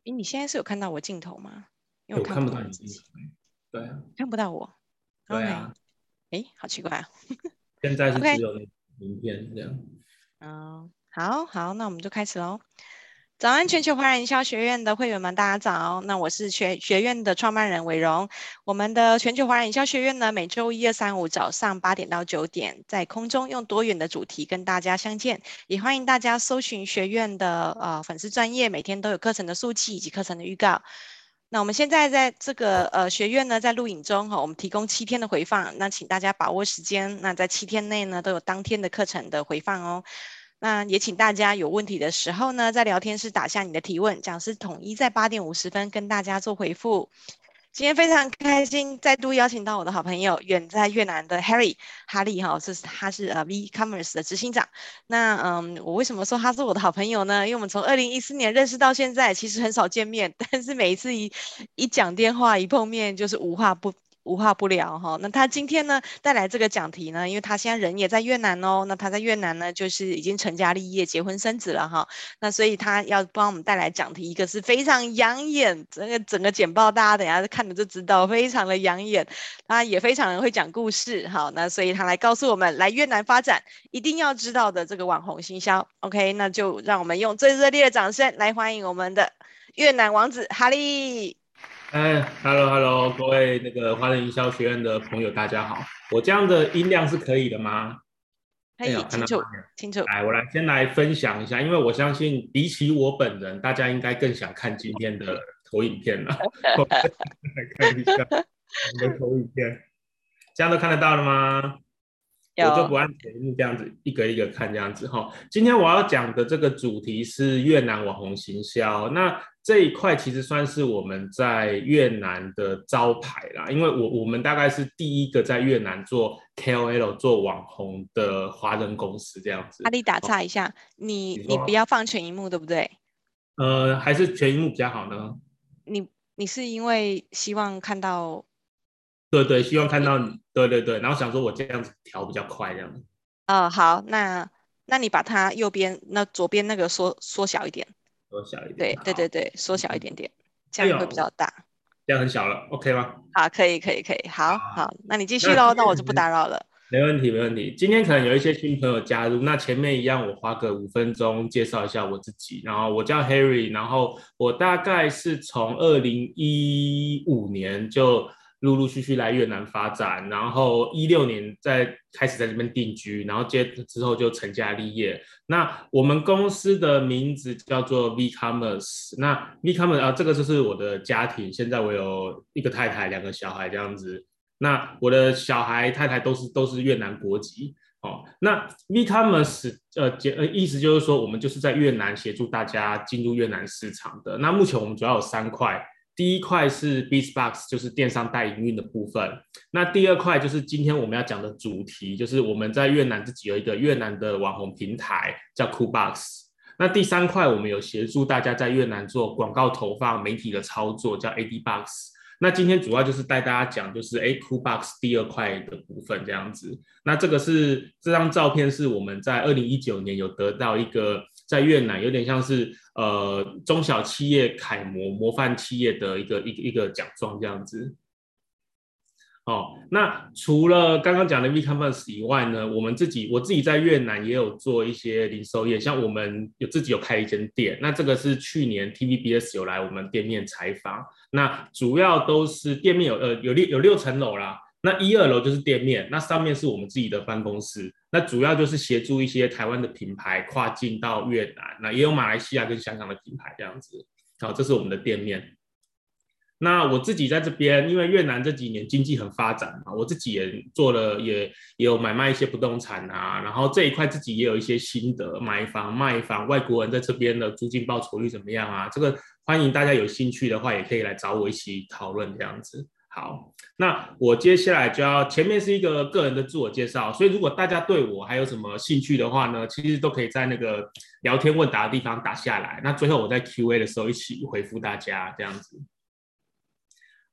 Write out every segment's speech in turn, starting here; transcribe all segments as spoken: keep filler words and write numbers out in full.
诶，你现在是有看到我镜头吗？因为欸、我我看不看不到你到我自己。 镜头欸。对啊， 看不到我。 对 OK。 啊， 诶，好奇怪啊。 现在是 OK。 只有那名片这样。 嗯，好好，那我们就开始喽。早安，全球华人营销学院的会员们，大家早。那我是学学院的创办人伟荣。我们的全球华人营销学院呢，每周一、二、三、五早上八点到九点，在空中用多元的主题跟大家相见。也欢迎大家搜寻学院的呃粉丝专页，每天都有课程的速记以及课程的预告。那我们现在在这个呃学院呢，在录影中哈，我们提供七天的回放，那请大家把握时间，那在七天内呢都有当天的课程的回放哦。那也请大家有问题的时候呢，在聊天室打下你的提问，讲师统一在八点五十分跟大家做回复。今天非常开心，再度邀请到我的好朋友，远在越南的 Harry 哈利哈，这是他是呃 V-commerce 的执行长。那嗯，我为什么说他是我的好朋友呢？因为我们从二零一四年认识到现在，其实很少见面，但是每一次一一讲电话一碰面就是无话不无话不聊哈。那他今天呢带来这个讲题呢，因为他现在人也在越南哦，那他在越南呢就是已经成家立业、结婚生子了哈。那所以他要帮我们带来讲题，一个是非常养眼，整个整个简报大家等一下看了就知道，非常的养眼。他也非常会讲故事，好，那所以他来告诉我们来越南发展一定要知道的这个网红行销。OK，那就让我们用最热烈的掌声来欢迎我们的越南王子哈利。 哎，Hello Hello，各位那个华人营销学院的朋友，大家好。我这样的音量是可以的吗？ 可哎呦，看到画以清楚面。 清楚。 来，我来先来分享一下，因为我相信比起我本人，大家应该更想看今天的投影片了。我来看一下我们的投影片，这样都看得到了吗？我就有。 不按节目这样子一个一个看这样子哈。今天我要讲的这个主题是越南网红行销，那这一块其实算是我们在越南的招牌啦，因为我我们大概是第一个在越南做 K O L 做网红的华人公司这样子。 哈利打岔一下，你你不你说要放全荧幕对不对？ 呃还是全荧幕比较好呢？ 你你是因为希望看到对对， 一希望看到你，对对对，然后想说我这样子调比较快这样子。 呃，好，那那你把它右边那左边那个缩缩小一点。 缩小一点， 对对对好。 对，缩小一点点，这样会比哎呦， 较大。 这样很小了，OK 吗？ 好，可以可以可以，好好， 好，那你继续那今喽，那我就不天可能打扰了。 没问题，没问题。今天可能有一些新朋友加入，那前面一样，我花个五分钟介绍一下我自己。然后我叫 Harry，然后我大概是从二零一五年就陆陆续续来越南发展，然后一六年再开始在这边定居，然后接之后就成家立业。那我们公司的名字叫做 V-commerce，那 V-commerce 啊，这个就是我的家庭，现在我有一个太太，两个小孩这样子。那我的小孩、太太都是都是越南国籍哦。那 V-commerce 呃呃意思就是说，我们就是在越南协助大家进入越南市场的。那目前我们主要有三块，第一块是 Bizbox，就是电商代营运的部分。那第二块就是今天我们要讲的主题，就是我们在越南自己有一个越南的网红平台叫 Coolbox。那第三块，我们有协助大家在越南做广告投放、媒体的操作，叫 A D Box。那今天主要就是带大家讲，就是哎 ，Coolbox 第二块的部分这样子。那这个是这张照片是我们在二零一九年有得到一个在越南有点像是呃中小企业楷模模范企业的一个一个一个奖状这样子。哦，那除了刚刚讲的 V-commerce 以外呢，我们自己我自己在越南也有做一些零售业，像我们有自己有开一间店，那这个是去年 T V B S 有来我们店面采访，那主要都是店面有呃有六有六层楼啦，那一二楼就是店面，那上面是我们自己的办公室，那主要就是协助一些台湾的品牌跨境到越南，那也有马来西亚跟香港的品牌这样子，好，这是我们的店面。那我自己在这边，因为越南这几年经济很发展嘛，我自己也做了，也也有买卖一些不动产啊，然后这一块自己也有一些心得，买房卖房，外国人在这边的租金报酬率怎么样啊？这个欢迎大家有兴趣的话，也可以来找我一起讨论这样子。好，那我接下来就要前面是一个个人的自我介绍，所以如果大家对我还有什么兴趣的话呢，其实都可以在那个聊天问答的地方打下来，那最后我在 Q A 的时候一起回复大家这样子。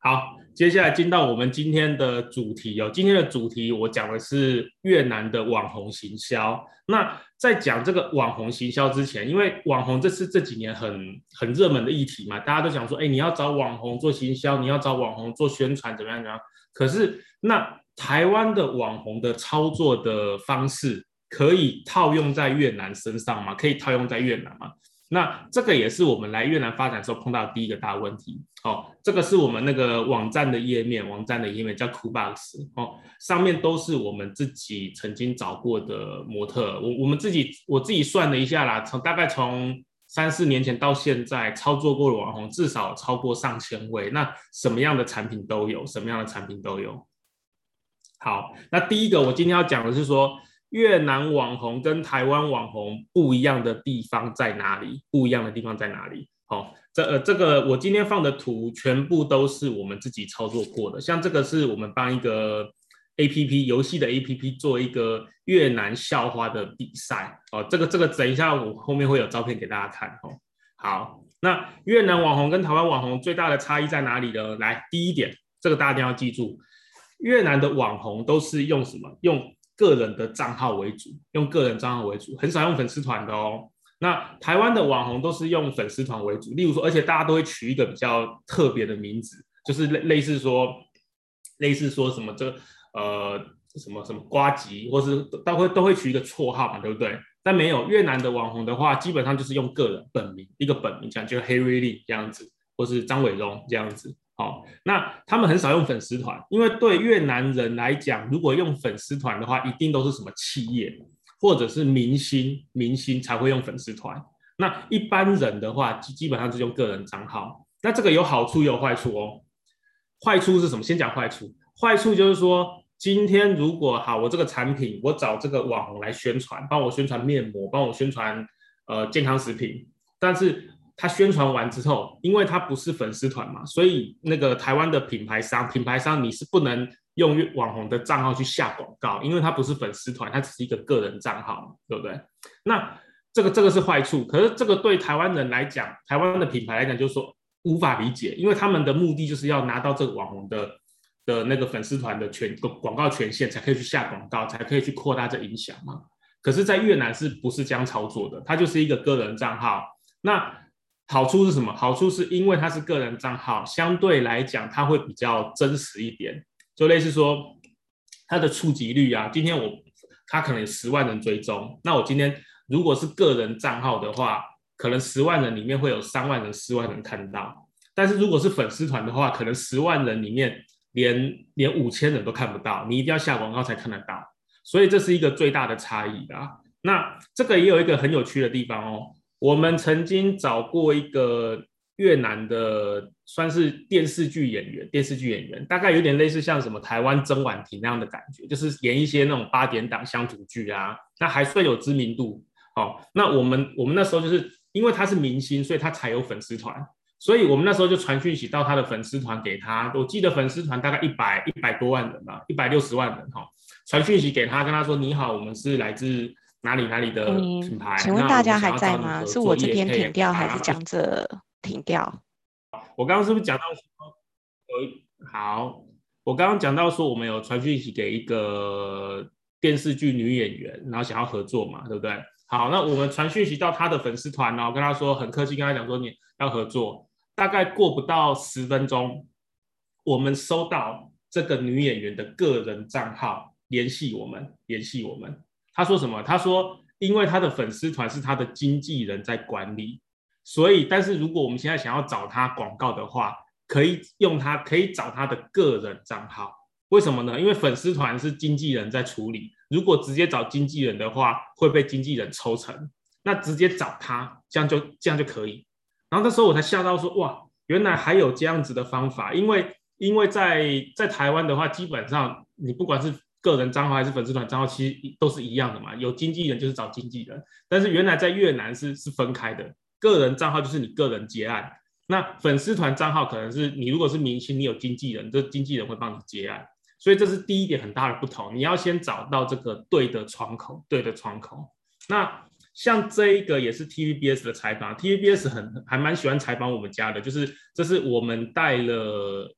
好，接下来进到我们今天的主题哦。今天的主题我讲的是越南的网红行销。那在讲这个网红行销之前，因为网红这是这几年很很热门的议题嘛，大家都讲说，哎，你要找网红做行销，你要找网红做宣传，怎么样怎么样。可是那台湾的网红的操作的方式，可以套用在越南身上吗？可以套用在越南吗？那这个也是我们来越南发展的时候碰到的第一个大问题。哦，这个是我们那个网站的页面，网站的页面叫 Coolbox 哦，上面都是我们自己曾经找过的模特。我我们自己我自己算了一下啦，从大概从三四年前到现在，操作过的网红至少超过上千位。那什么样的产品都有，什么样的产品都有。好，那第一个我今天要讲的是说，越南网红跟台湾网红不一样的地方在哪里？不一样的地方在哪里？好、哦，这呃这个我今天放的图全部都是我们自己操作过的，像这个是我们帮一个 A P P 游戏的 A P P 做一个越南校花的比赛哦，这个这个等一下我后面会有照片给大家看哦。好，那越南网红跟台湾网红最大的差异在哪里呢？来，第一点，这个大家一定要记住，越南的网红都是用什么？用个人的账号为主，用个人账号为主，很少用粉丝团的哦。那台湾的网红都是用粉丝团为主，例如说，而且大家都会取一个比较特别的名字，就是类类似说，类似说什么这呃什么什么呱吉，或是都会都会取一个绰号嘛，对不对？但没有越南的网红的话，基本上就是用个人本名，一个本名讲，就 Harry Lee 这样子，或是张伟荣这样子。好，那他们很少用粉丝团，因为对越南人来讲，如果用粉丝团的话，一定都是什么企业或者是明星，明星才会用粉丝团。那一般人的话，基本上是用个人账号。那这个有好处也有坏处哦。坏处是什么？先讲坏处。坏处就是说，今天如果好，我这个产品，我找这个网红来宣传，帮我宣传面膜，帮我宣传呃健康食品，但是他宣传完之后，因为他不是粉丝团嘛，所以那个台湾的品牌商，品牌商你是不能用网红的账号去下广告，因为他不是粉丝团，他只是一个个人账号，对不对？那这个这个是坏处，可是这个对台湾人来讲，台湾的品牌来讲，就是说无法理解，因为他们的目的就是要拿到这个网红的的那个粉丝团的权广告权限，才可以去下广告，才可以去扩大这影响嘛。可是，在越南是不是这样操作的？它就是一个个人账号，那好处是什么？好处是因为它是个人账号，相对来讲它会比较真实一点，就类似说它的触及率啊，今天我它可能有十万人追踪，那我今天如果是个人账号的话，可能十万人里面会有三万人、四万人看到，但是如果是粉丝团的话，可能十万人里面连连五千人都看不到，你一定要下广告才看得到，所以这是一个最大的差异啊。那这个也有一个很有趣的地方哦。我们曾经找过一个越南的，算是电视剧演员，电视剧演员大概有点类似像什么台湾曾婉婷那样的感觉，就是演一些那种八点档乡土剧啊，那还算有知名度。哦，那我们我们那时候就是因为他是明星，所以他才有粉丝团，所以我们那时候就传讯息到他的粉丝团给他，我记得粉丝团大概一百一百多万人吧，一百六十万人哈、哦，传讯息给他，跟他说你好，我们是来自哪里哪里的品牌， 请问大家还在吗？是我这边停掉还是讲着停掉？ 我刚刚是不是讲到说，好，我刚刚讲到说我们有传讯息给一个电视剧女演员，然后想要合作嘛，对不对？好，那我们传讯息到他的粉丝团，然后跟他说很客气，跟他讲说你要合作，大概过不到十分钟，我们收到这个女演员的个人账号联系我们，联系我们。他说什么？他说因为他的粉丝团是他的经纪人在管理，所以但是如果我们现在想要找他广告的话，可以用他，可以找他的个人账号。为什么呢？因为粉丝团是经纪人在处理，如果直接找经纪人的话，会被经纪人抽成。那直接找他，这样就这样就可以。然后那时候我才吓到说，哇，原来还有这样子的方法。因为因为在在台湾的话，基本上你不管是个人账号还是粉丝团账号，其实都是一样的嘛。有经纪人就是找经纪人，但是原来在越南是是分开的，个人账号就是你个人结案。那粉丝团账号可能是你如果是明星，你有经纪人，这经纪人会帮你结案。所以这是第一点很大的不同，你要先找到这个对的窗口，对的窗口。那像这一个也是 T V B S 的采访 ，T V B S 很还蛮喜欢采访我们家的，就是这是我们带了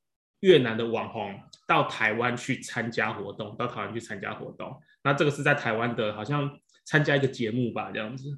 越南的网红到台湾去参加活动，到台湾去参加活动。那这个是在台湾的，好像参加一个节目吧，这样子。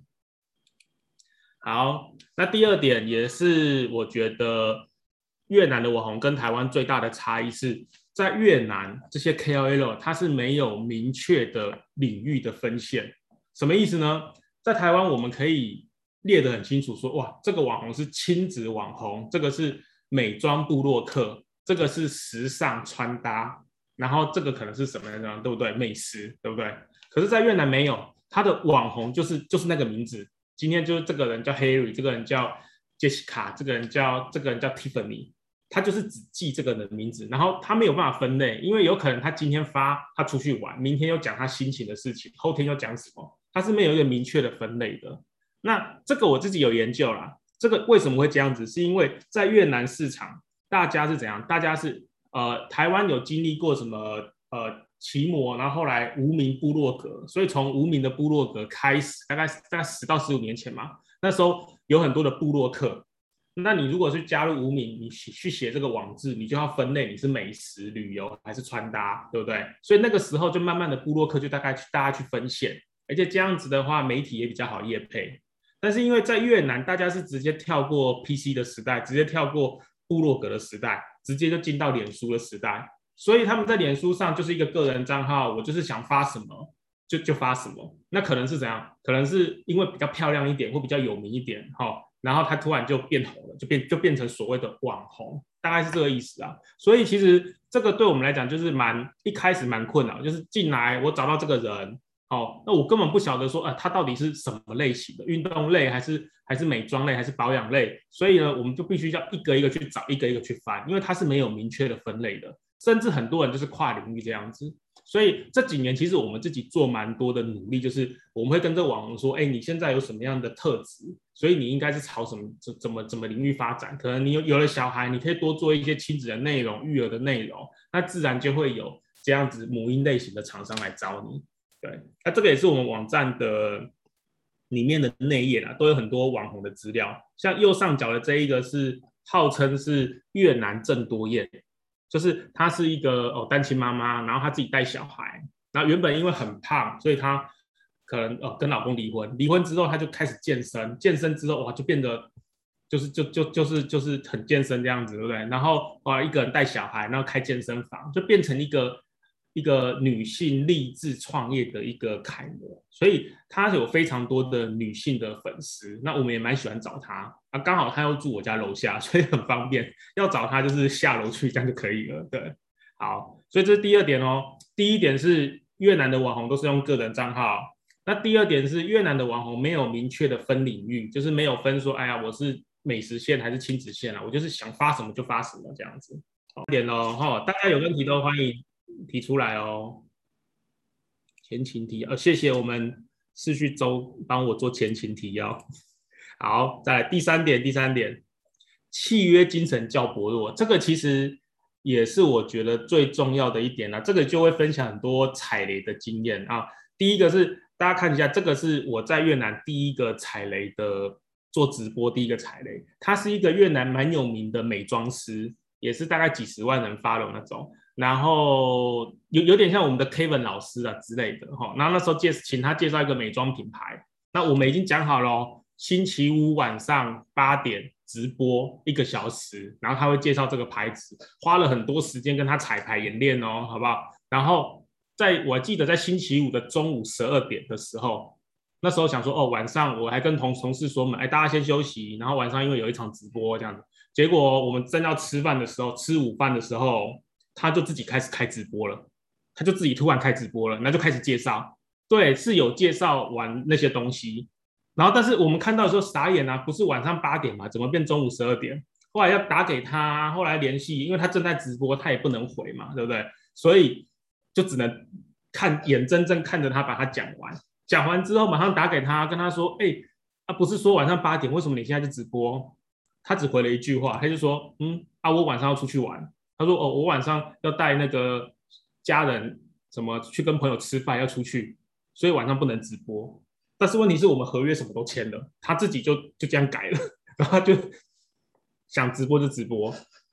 好，那第二点也是我觉得越南的网红跟台湾最大的差异是，在越南这些 K O L 它是没有明确的领域的分线。什么意思呢？在台湾我们可以列得很清楚说，哇，这个网红是亲子网红，这个是美妆部落客，这个是时尚穿搭，然后这个可能是什么呢？对不对？美食，对不对？可是在越南没有，他的网红就是就是那个名字，今天就是这个人叫 Harry， 这个人叫 Jessica， 这个人叫这个人叫 Tiffany， 他就是只记这个人的名字，然后他没有办法分类，因为有可能他今天发他出去玩，明天又讲他心情的事情，后天又讲什么，他是没有一个明确的分类的。那这个我自己有研究啦，这个为什么会这样子？是因为在越南市场，大家是怎样？大家是呃，台湾有经历过什么呃奇摩，然后后来无名部落格，所以从无名的部落格开始，大概大概十到十五年前嘛，那时候有很多的部落客。那你如果是加入无名，你去写这个网志，你就要分类你是美食、旅游还是穿搭，对不对？所以那个时候就慢慢的部落客就大概大家去分线，而且这样子的话，媒体也比较好业配。但是因为在越南，大家是直接跳过 P C 的时代，直接跳过部落格的时代，直接就进到脸书的时代，所以他们在脸书上就是一个个人账号，我就是想发什么就就发什么。那可能是怎样？可能是因为比较漂亮一点或比较有名一点，哈，然后他突然就变红了，就变就变成所谓的网红，大概是这个意思啊。所以其实这个对我们来讲就是蛮一开始蛮困扰，就是进来我找到这个人。哦，那我根本不晓得说，啊，它到底是什么类型的，运动类还是还是美妆类还是保养类？所以呢，我们就必须要一个一个去找，一个一个去翻，因为它是没有明确的分类的，甚至很多人就是跨领域这样子。所以这几年其实我们自己做蛮多的努力，就是我们会跟这个网红说，哎，你现在有什么样的特质，所以你应该是朝什么怎么怎么领域发展？可能你有有了小孩，你可以多做一些亲子的内容、育儿的内容，那自然就会有这样子母婴类型的厂商来找你。对，那这个也是我们网站的里面的内页啦，都有很多网红的资料。像右上角的这一个是号称是越南郑多燕，就是她是一个哦单亲妈妈，然后她自己带小孩，然后原本因为很胖，所以她可能哦跟老公离婚，离婚之后她就开始健身，健身之后哇就变得就是就就就是就是很健身这样子，对不对？然后哇一个人带小孩，然后开健身房，就变成一个。一个女性励志创业的一个楷模，所以她有非常多的女性的粉丝。那我们也蛮喜欢找她啊，刚好她又住我家楼下，所以很方便。要找她就是下楼去，这样就可以了。对，好，所以这是第二点哦。第一点是越南的网红都是用个人账号，那第二点是越南的网红没有明确的分领域，就是没有分说，哎呀，我是美食线还是亲子线啊？我就是想发什么就发什么这样子。好点哦，哈，大家有问题都欢迎提出来哦。前情提要，哦，谢谢我们视讯周帮我做前情提要。好，再来第三点，第三点，契约精神较薄弱，这个其实也是我觉得最重要的一点啦。这个就会分享很多踩雷的经验啊。第一个是大家看一下，这个是我在越南第一个踩雷的做直播，第一个踩雷，他是一个越南蛮有名的美妆师，也是大概几十万人 follow 那种。然后有有点像我们的 Kevin 老师啊之类的哈，然后那时候介请他介绍一个美妆品牌，那我们已经讲好了哦，星期五晚上八点直播一个小时，然后他会介绍这个牌子，花了很多时间跟他彩排演练哦，好不好？然后在我记得在星期五的中午十二点的时候，那时候想说哦，晚上我还跟同同事说嘛，哎，大家先休息，然后晚上因为有一场直播这样子，结果我们正要吃饭的时候，吃午饭的时候。他就自己开始开直播了，他就自己突然开直播了，那就开始介绍，对，是有介绍完那些东西，然后但是我们看到的时候傻眼啊，不是晚上八点嘛，怎么变中午十二点？后来要打给他，后来联系，因为他正在直播，他也不能回嘛，对不对？所以就只能看眼睁睁看着他把他讲完，讲完之后马上打给他，跟他说，哎，啊不是说晚上八点，为什么你现在就直播？他只回了一句话，他就说，嗯，啊我晚上要出去玩。他说：“哦，我晚上要带那个家人什么去跟朋友吃饭，要出去，所以晚上不能直播。但是问题是我们合约什么都签了，他自己就就这样改了，然后他就想直播就直播。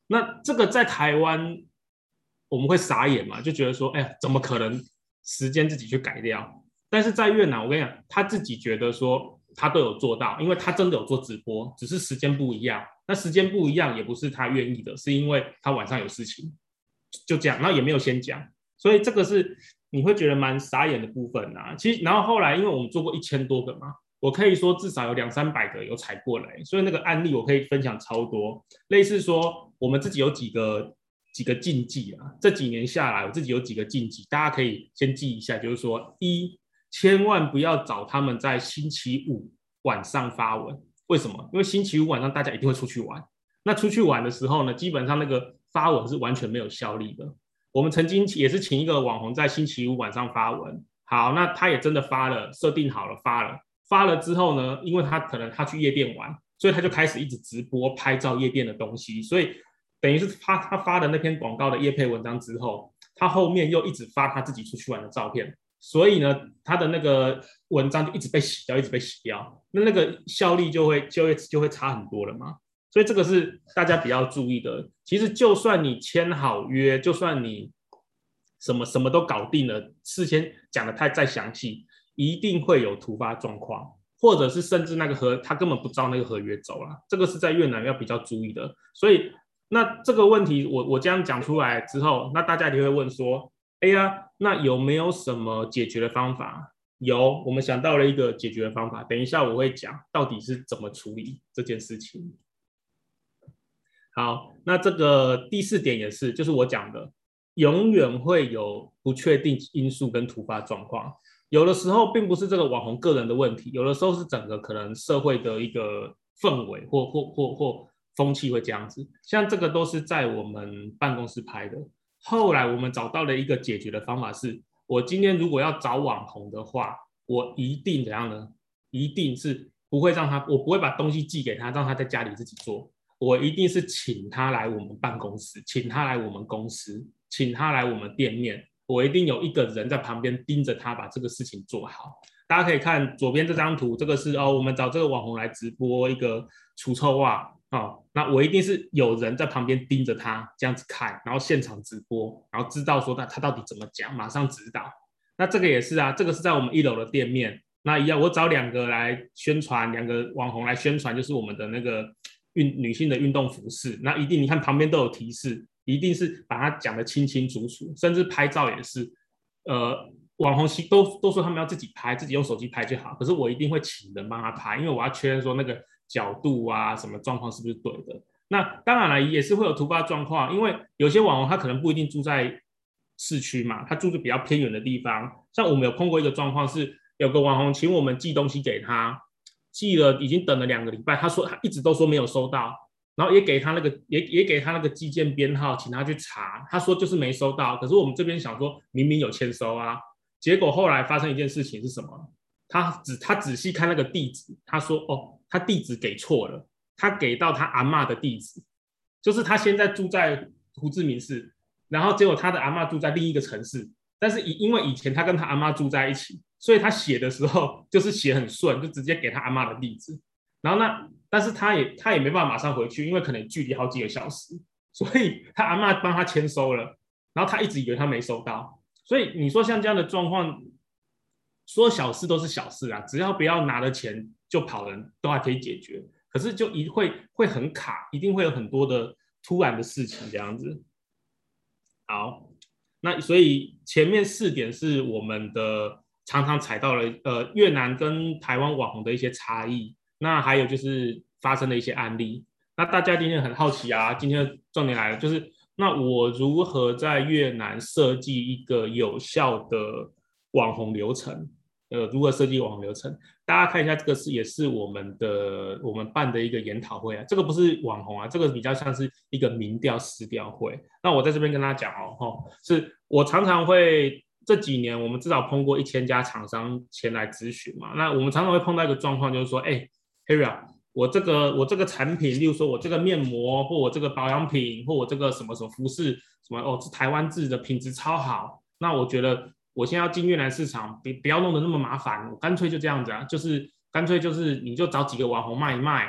那这个在台湾我们会傻眼嘛，就觉得说，哎呀，怎么可能时间自己去改掉？但是在越南，我跟你讲，他自己觉得说他都有做到，因为他真的有做直播，只是时间不一样。那时间不一样也不是他愿意的，是因为他晚上有事情，就这样，然后也没有先讲，所以这个是你会觉得蛮傻眼的部分啊。其实，然后后来因为我们做过一千多个嘛，我可以说至少有两三百个有踩过雷，所以那个案例我可以分享超多。类似说我们自己有几个几个禁忌啊，这几年下来我自己有几个禁忌，大家可以先记一下，就是说一，千万不要找他们在星期五晚上发文。为什么？因为星期五晚上大家一定会出去玩，那出去玩的时候呢，基本上那个发文是完全没有效力的。我们曾经也是请一个网红在星期五晚上发文，好，那他也真的发了，设定好了发了，发了之后呢，因为他可能他去夜店玩，所以他就开始一直直播拍照夜店的东西，所以等于是他他发的那篇广告的业配文章之后，他后面又一直发他自己出去玩的照片，所以呢，他的那个文章就一直被洗掉，一直被洗掉，那那个效力就会就会就会差很多了嘛。所以这个是大家比较注意的。其实就算你签好约，就算你什么什么都搞定了，事先讲的太再详细，一定会有突发状况，或者是甚至那个合他根本不照那个合约走了，这个是在越南要比较注意的。所以那这个问题我我这样讲出来之后，那大家就会问说，哎呀，那有没有什么解决的方法？有，我们想到了一个解决的方法，等一下我会讲到底是怎么处理这件事情。好，那这个第四点也是，就是我讲的，永远会有不确定因素跟突发状况。有的时候并不是这个网红个人的问题，有的时候是整个可能社会的一个氛围或或或或风气会这样子。像这个都是在我们办公室拍的。后来我们找到了一个解决的方法是，我今天如果要找网红的话，我一定怎样呢？一定是不会让他，我不会把东西寄给他，让他在家里自己做。我一定是请他来我们办公室，请他来我们公司，请他来我们店面，我一定有一个人在旁边盯着他把这个事情做好。大家可以看左边这张图，这个是哦，我们找这个网红来直播一个除臭袜哦，那我一定是有人在旁边盯着他这样子看，然后现场直播，然后知道说他他到底怎么讲，马上指导。那这个也是啊，这个是在我们一楼的店面，那一样我找两个来宣传，两个网红来宣传，就是我们的那个运女性的运动服饰，那一定你看旁边都有提示，一定是把它讲得清清楚楚，甚至拍照也是，呃，网红都都说他们要自己拍，自己用手机拍就好，可是我一定会请人帮他拍，因为我要确认说那个角度啊，什么状况是不是对的。那当然了，也是会有突发状况，因为有些网红他可能不一定住在市区嘛，他住在比较偏远的地方。像我们有碰过一个状况是，有个网红请我们寄东西给他。寄了，已经等了两个礼拜，他说他一直都说没有收到，然后也给他那个也也给他那个寄件编号，请他去查，他说就是没收到，可是我们这边想说明明有签收啊，结果后来发生一件事情是什么？他仔他仔细看那个地址，他说哦，他地址给错了，他给到他阿嬷的地址，就是他现在住在胡志明市，然后结果他的阿嬷住在另一个城市，但是因为以前他跟他阿嬷住在一起。所以他写的时候就是写很顺，就直接给他阿嬷的地址。然后那，但是他也他也没办法马上回去，因为可能距离好几个小时，所以他阿嬷帮他签收了，然后他一直以为他没收到。所以你说像这样的状况，说小事都是小事啊，只要不要拿了钱就跑人，都还可以解决。可是就一会会很卡，一定会有很多的突然的事情这样子。好，那所以前面四点是我们的。常常踩到了呃越南跟台湾网红的一些差异，那还有就是发生的一些案例。那大家今天很好奇啊，今天的重点来了，就是那我如何在越南设计一个有效的网红流程？呃，如何设计网红流程？大家看一下，这个是也是我们的我们办的一个研讨会啊，这个不是网红啊，这个比较像是一个民调市调会。那我在这边跟大家讲哦，吼，是我常常会。这几年我们至少碰过一千家厂商前来咨询嘛，那我们常常会碰到一个状况，就是说，哎 ，Harry 啊，我这个我这个产品，例如说我这个面膜或我这个保养品或我这个什么什么服饰什么哦，是台湾制的，品质超好。那我觉得我现在要进越南市场，别不要弄得那么麻烦，我干脆就这样子啊，就是干脆就是你就找几个网红卖一卖，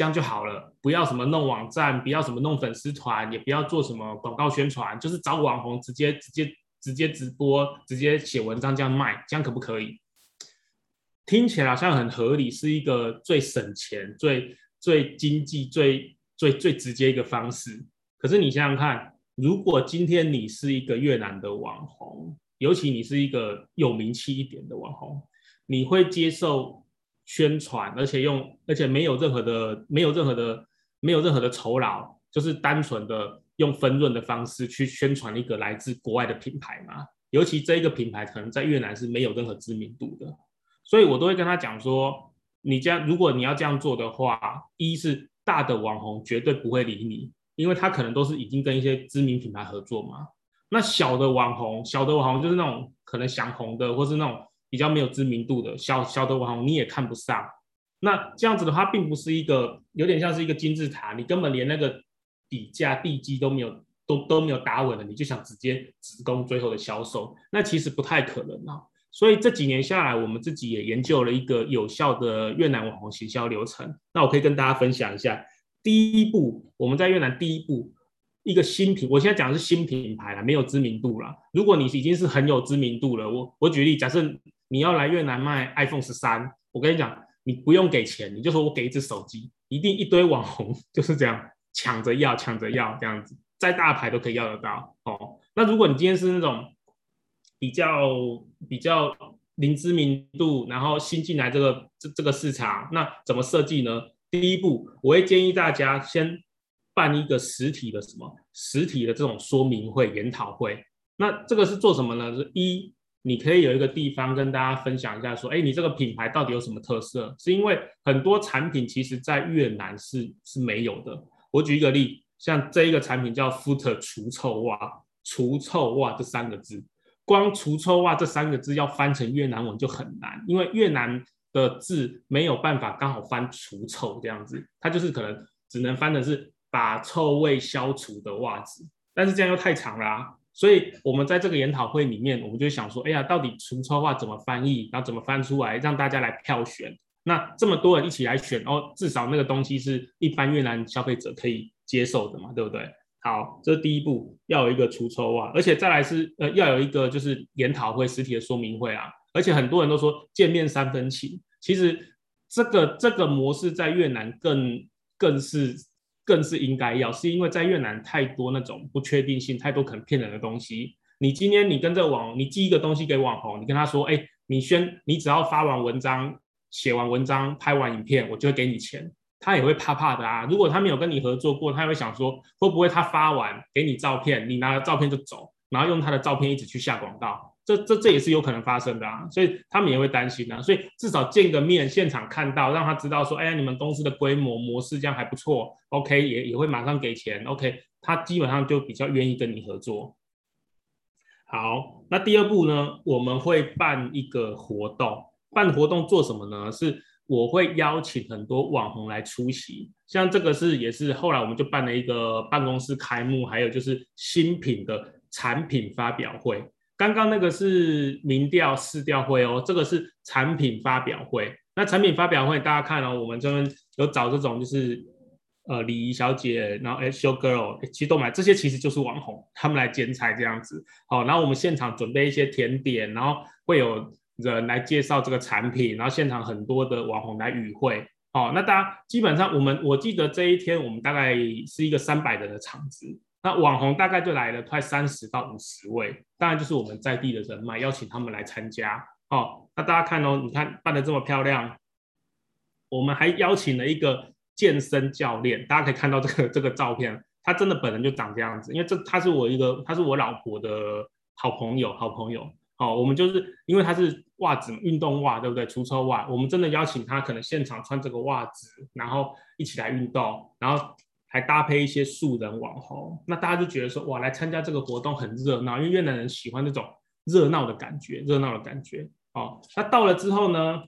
这样就好了，不要什么弄网站，不要什么弄粉丝团，也不要做什么广告宣传，就是找网红直接直接直接直播，直接写文章这样卖，这样可不可以？听起来好像很合理，是一个最省钱、最最经济、最最最直接一个方式。可是你想想看，如果今天你是一个越南的网红，尤其你是一个有名气一点的网红，你会接受宣传，而且用而且没有任何的没有任何的没有任何的酬劳，就是单纯的用分润的方式去宣传一个来自国外的品牌吗？尤其这一个品牌可能在越南是没有任何知名度的，所以我都会跟他讲说，你这样如果你要这样做的话，一是大的网红绝对不会理你，因为他可能都是已经跟一些知名品牌合作嘛。那小的网红，小的网红就是那种可能想红的，或是那种比较没有知名度的小小的网红，你也看不上。那这样子的话，并不是一个有点像是一个金字塔，你根本连那个底价地基都没有都都没有打稳了，你就想直接直攻最后的销售，那其实不太可能啊。所以这几年下来，我们自己也研究了一个有效的越南网红行销流程。那我可以跟大家分享一下。第一步，我们在越南第一步，一个新品，我现在讲的是新品牌啦，没有知名度啦。如果你已经是很有知名度了，我我举例，假设你要来越南卖 iPhone 十三，我跟你讲，你不用给钱，你就说我给一只手机，一定一堆网红就是这样抢着要，抢着要这样子，再大牌都可以要得到哦。那如果你今天是那种比较比较零知名度，然后新进来这个这这个市场，那怎么设计呢？第一步，我会建议大家先办一个实体的什么实体的这种说明会、研讨会。那这个是做什么呢？就是一，你可以有一个地方跟大家分享一下，说，哎，你这个品牌到底有什么特色？是因为很多产品其实在越南是是没有的。我举一个例，像这一个产品叫 Footer 除臭袜，除臭袜这三个字。光除臭袜这三个字要翻成越南文就很难，因为越南的字没有办法刚好翻除臭这样子，它就是可能只能翻的是把臭味消除的袜子，但是这样又太长啦、啊，所以我们在这个研讨会里面，我们就想说，哎呀，到底除臭袜怎么翻译，然后怎么翻出来，让大家来票选。那这么多人一起来选，哦，至少那个东西是一般越南消费者可以接受的嘛，对不对？好，这是第一步，要有一个除臭袜，而且再来是呃要有一个就是研讨会实体的说明会啊，而且很多人都说见面三分情，其实这个这个模式在越南更更是更是应该要，是因为在越南太多那种不确定性，太多可能骗人的东西。你今天你跟这个网，你寄一个东西给网红，你跟他说，哎，你宣你只要发完文章、写完文章、拍完影片，我就会给你钱。他也会怕怕的啊。如果他没有跟你合作过，他会想说，会不会他发完给你照片，你拿了照片就走，然后用他的照片一直去下广告，这这这也是有可能发生的啊。所以他们也会担心啊。所以至少见个面，现场看到，让他知道说，哎呀，你们公司的规模模式这样还不错 ，OK， 也也会马上给钱 ，OK， 他基本上就比较愿意跟你合作。好，那第二步呢，我们会办一个活动，办活动做什么呢？是我会邀请很多网红来出席，像这个是也是后来我们就办了一个办公室开幕，还有就是新品的产品发表会。刚刚那个是民调市调会哦，这个是产品发表会。那产品发表会大家看哦，我们这边有找这种就是呃礼仪小姐，然后哎 show girl，其实都买这些其实就是网红，他们来剪彩这样子。好，然后我们现场准备一些甜点，然后会有人来介绍这个产品，然后现场很多的网红来与会。哦，那大家基本上我们我记得这一天我们大概是一个三百人的场子，那网红大概就来了快三十到五十位，当然就是我们在地的人脉邀请他们来参加。哦，那大家看哦，你看办得这么漂亮，我们还邀请了一个健身教练，大家可以看到这个这个照片，他真的本人就长这样子，因为这他是我一个他是我老婆的好朋友，好朋友。哦，我们就是因为它是袜子运动袜，对不对？除臭袜，我们真的邀请他，可能现场穿这个袜子，然后一起来运动，然后还搭配一些素人网红，那大家就觉得说，哇，来参加这个活动很热闹，因为越南人喜欢这种热闹的感觉，热闹的感觉。哦，那到了之后呢？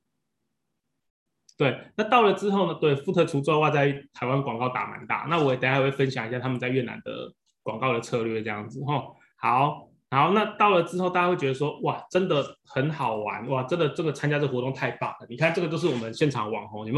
对，那到了之后呢？对，福特除臭袜在台湾广告打蛮大，那我也等一下会分享一下他们在越南的广告的策略，这样子哈、哦。好。然后那到了之后，大家会觉得说，哇，真的很好玩，哇，真的这个参加这个活动太棒了。你看这个都是我们现场网红，有没有？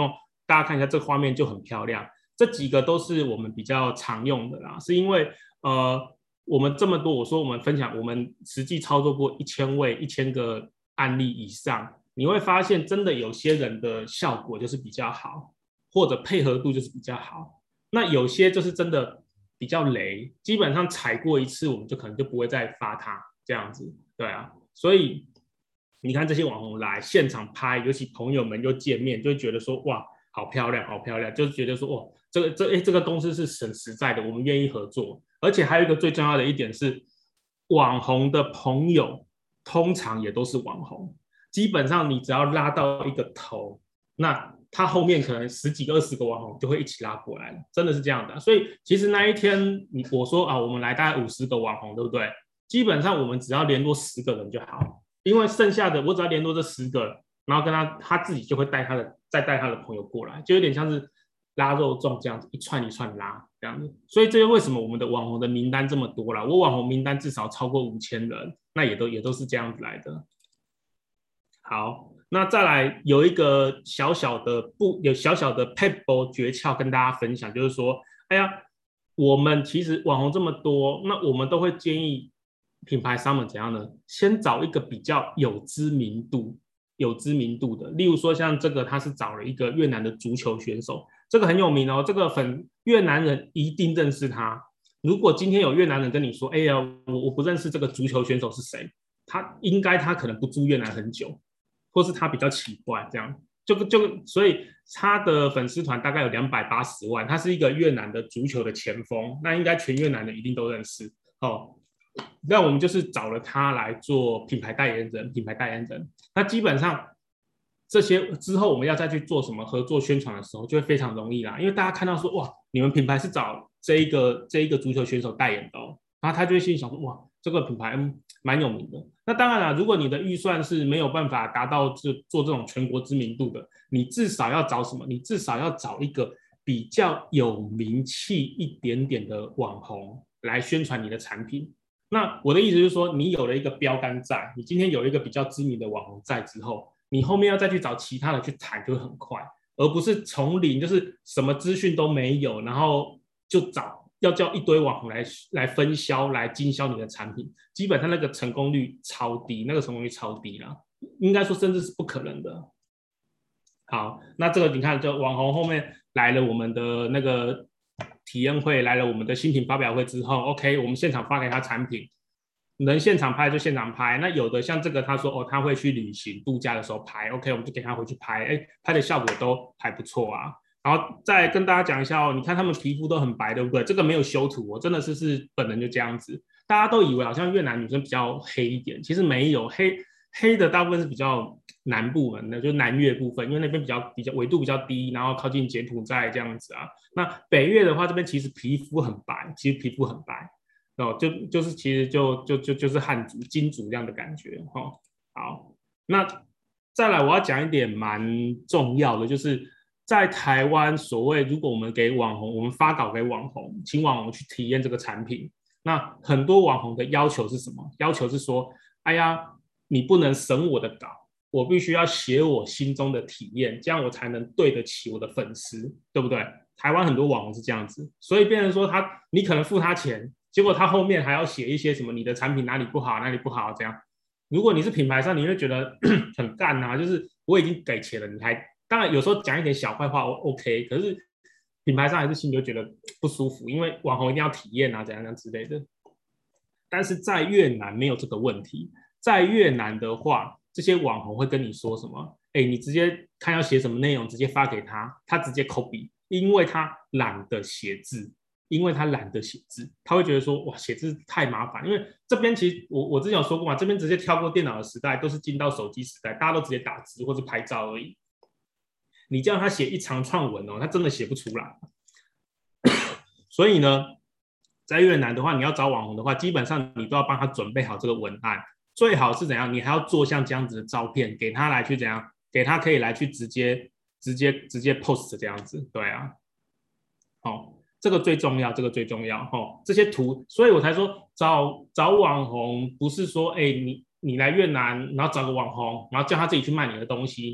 大家看一下这个画面就很漂亮。这几个都是我们比较常用的啦，是因为呃我们这么多，我说我们分享，我们实际操作过一千位、一千个案例以上，你会发现真的有些人的效果就是比较好，或者配合度就是比较好。那有些就是真的比较雷，基本上踩过一次，我们就可能就不会再发它这样子，对啊。所以你看这些网红来现场拍，尤其朋友们又见面，就会觉得说哇，好漂亮，好漂亮，就是觉得说哇，这个这哎这个公司是很实在的，我们愿意合作。而且还有一个最重要的一点是，网红的朋友通常也都是网红，基本上你只要拉到一个头，那他后面可能十几个、二十个网红就会一起拉过来了，真的是这样的。所以其实那一天你我说啊，我们来大概五十个网红，对不对？基本上我们只要联络十个人就好，因为剩下的我只要联络这十个，然后跟他他自己就会带他的再带他的朋友过来，就有点像是拉肉粽这样子，一串一串拉这样子。所以这是为什么我们的网红的名单这么多啦？我网红名单至少超过五千人，那也都也都是这样子来的。好，那再来有一个小小的不有小小的 pebble 诀窍跟大家分享，就是说，哎呀，我们其实网红这么多，那我们都会建议品牌商们怎样呢？先找一个比较有知名度、有知名度的，例如说像这个，他是找了一个越南的足球选手，这个很有名哦，这个粉越南人一定认识他。如果今天有越南人跟你说，哎呀，我我不认识这个足球选手是谁，他应该他可能不住越南很久。或是他比较奇怪，这样就就所以他的粉丝团大概有两百八十万，他是一个越南的足球的前锋，那应该全越南的一定都认识哦。那我们就是找了他来做品牌代言人，品牌代言人。那基本上这些之后我们要再去做什么合作宣传的时候，就会非常容易啦，因为大家看到说哇，你们品牌是找这一个这一个足球选手代言的哦，然后他就会心里想说哇，这个品牌蛮有名的。那当然啦，如果你的预算是没有办法达到这做这种全国知名度的，你至少要找什么？你至少要找一个比较有名气一点点的网红来宣传你的产品。那我的意思是说，你有了一个标杆在，你今天有一个比较知名的网红在之后，你后面要再去找其他的去谈就会很快，而不是从零，就是什么资讯都没有，然后就找。要叫一堆网红来来分销、来经销你的产品，基本上那个成功率超低，那个成功率超低啦，应该说甚至是不可能的。好，那这个你看，就网红后面来了我们的那个体验会，来了我们的新品发表会之后 ，OK， 我们现场发给他产品，能现场拍就现场拍。那有的像这个，他说哦，他会去旅行度假的时候拍 ，OK， 我们就给他回去拍，哎，拍的效果都还不错啊。然后再跟大家讲一下哦，你看他们皮肤都很白，对不对？这个没有修图，我真的是是本人就这样子。大家都以为好像越南女生比较黑一点，其实没有，黑黑的大部分是比较南部门的，就南越部分，因为那边比较比较纬度比较低，然后靠近柬埔寨这样子啊。那北越的话，这边其实皮肤很白，其实皮肤很白哦，就就是其实就就就就是汉族金族这样的感觉哦。好，那再来我要讲一点蛮重要的，就是在台湾，所谓如果我们给网红，我们发稿给网红，请网红去体验这个产品，那很多网红的要求是什么？要求是说，哎呀，你不能审我的稿，我必须要写我心中的体验，这样我才能对得起我的粉丝，对不对？台湾很多网红是这样子，所以变成说他，你可能付他钱，结果他后面还要写一些什么你的产品哪里不好，哪里不好这样。如果你是品牌商，你会觉得很干啊，就是我已经给钱了，你还当然有时候讲一点小坏话 OK， 可是品牌商还是心里就觉得不舒服，因为网红一定要体验啊，怎样怎样之类的。但是在越南没有这个问题，在越南的话，这些网红会跟你说什么？哎，你直接看要写什么内容，直接发给他，他直接 copy， 因为他懒得写字，因为他懒得写字，他会觉得说哇，写字太麻烦。因为这边其实我我之前有说过嘛，这边直接跳过电脑的时代，都是进到手机时代，大家都直接打字或者拍照而已。你叫他写一长串文哦，他真的写不出来。所以呢，在越南的话，你要找网红的话，基本上你都要帮他准备好这个文案，最好是怎样？你还要做像这样子的照片，给他来去怎样？给他可以来去直接直接直接 post 这样子，对啊。好、哦，这个最重要，这个最重要哈、哦。这些图，所以我才说找找网红，不是说哎你你来越南，然后找个网红，然后叫他自己去卖你的东西。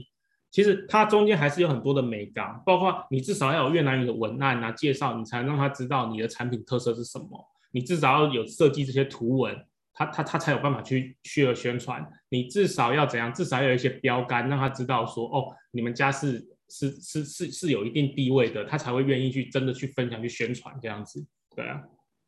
其实它中间还是有很多的美感，包括你至少要有越南语的文案啊介绍，你才能让他知道你的产品特色是什么。你至少要有设计这些图文，他他他才有办法去去宣传。你至少要怎样？至少要有一些标杆，让他知道说，哦，你们家是是是是是有一定地位的，他才会愿意去真的去分享、去宣传这样子。对啊，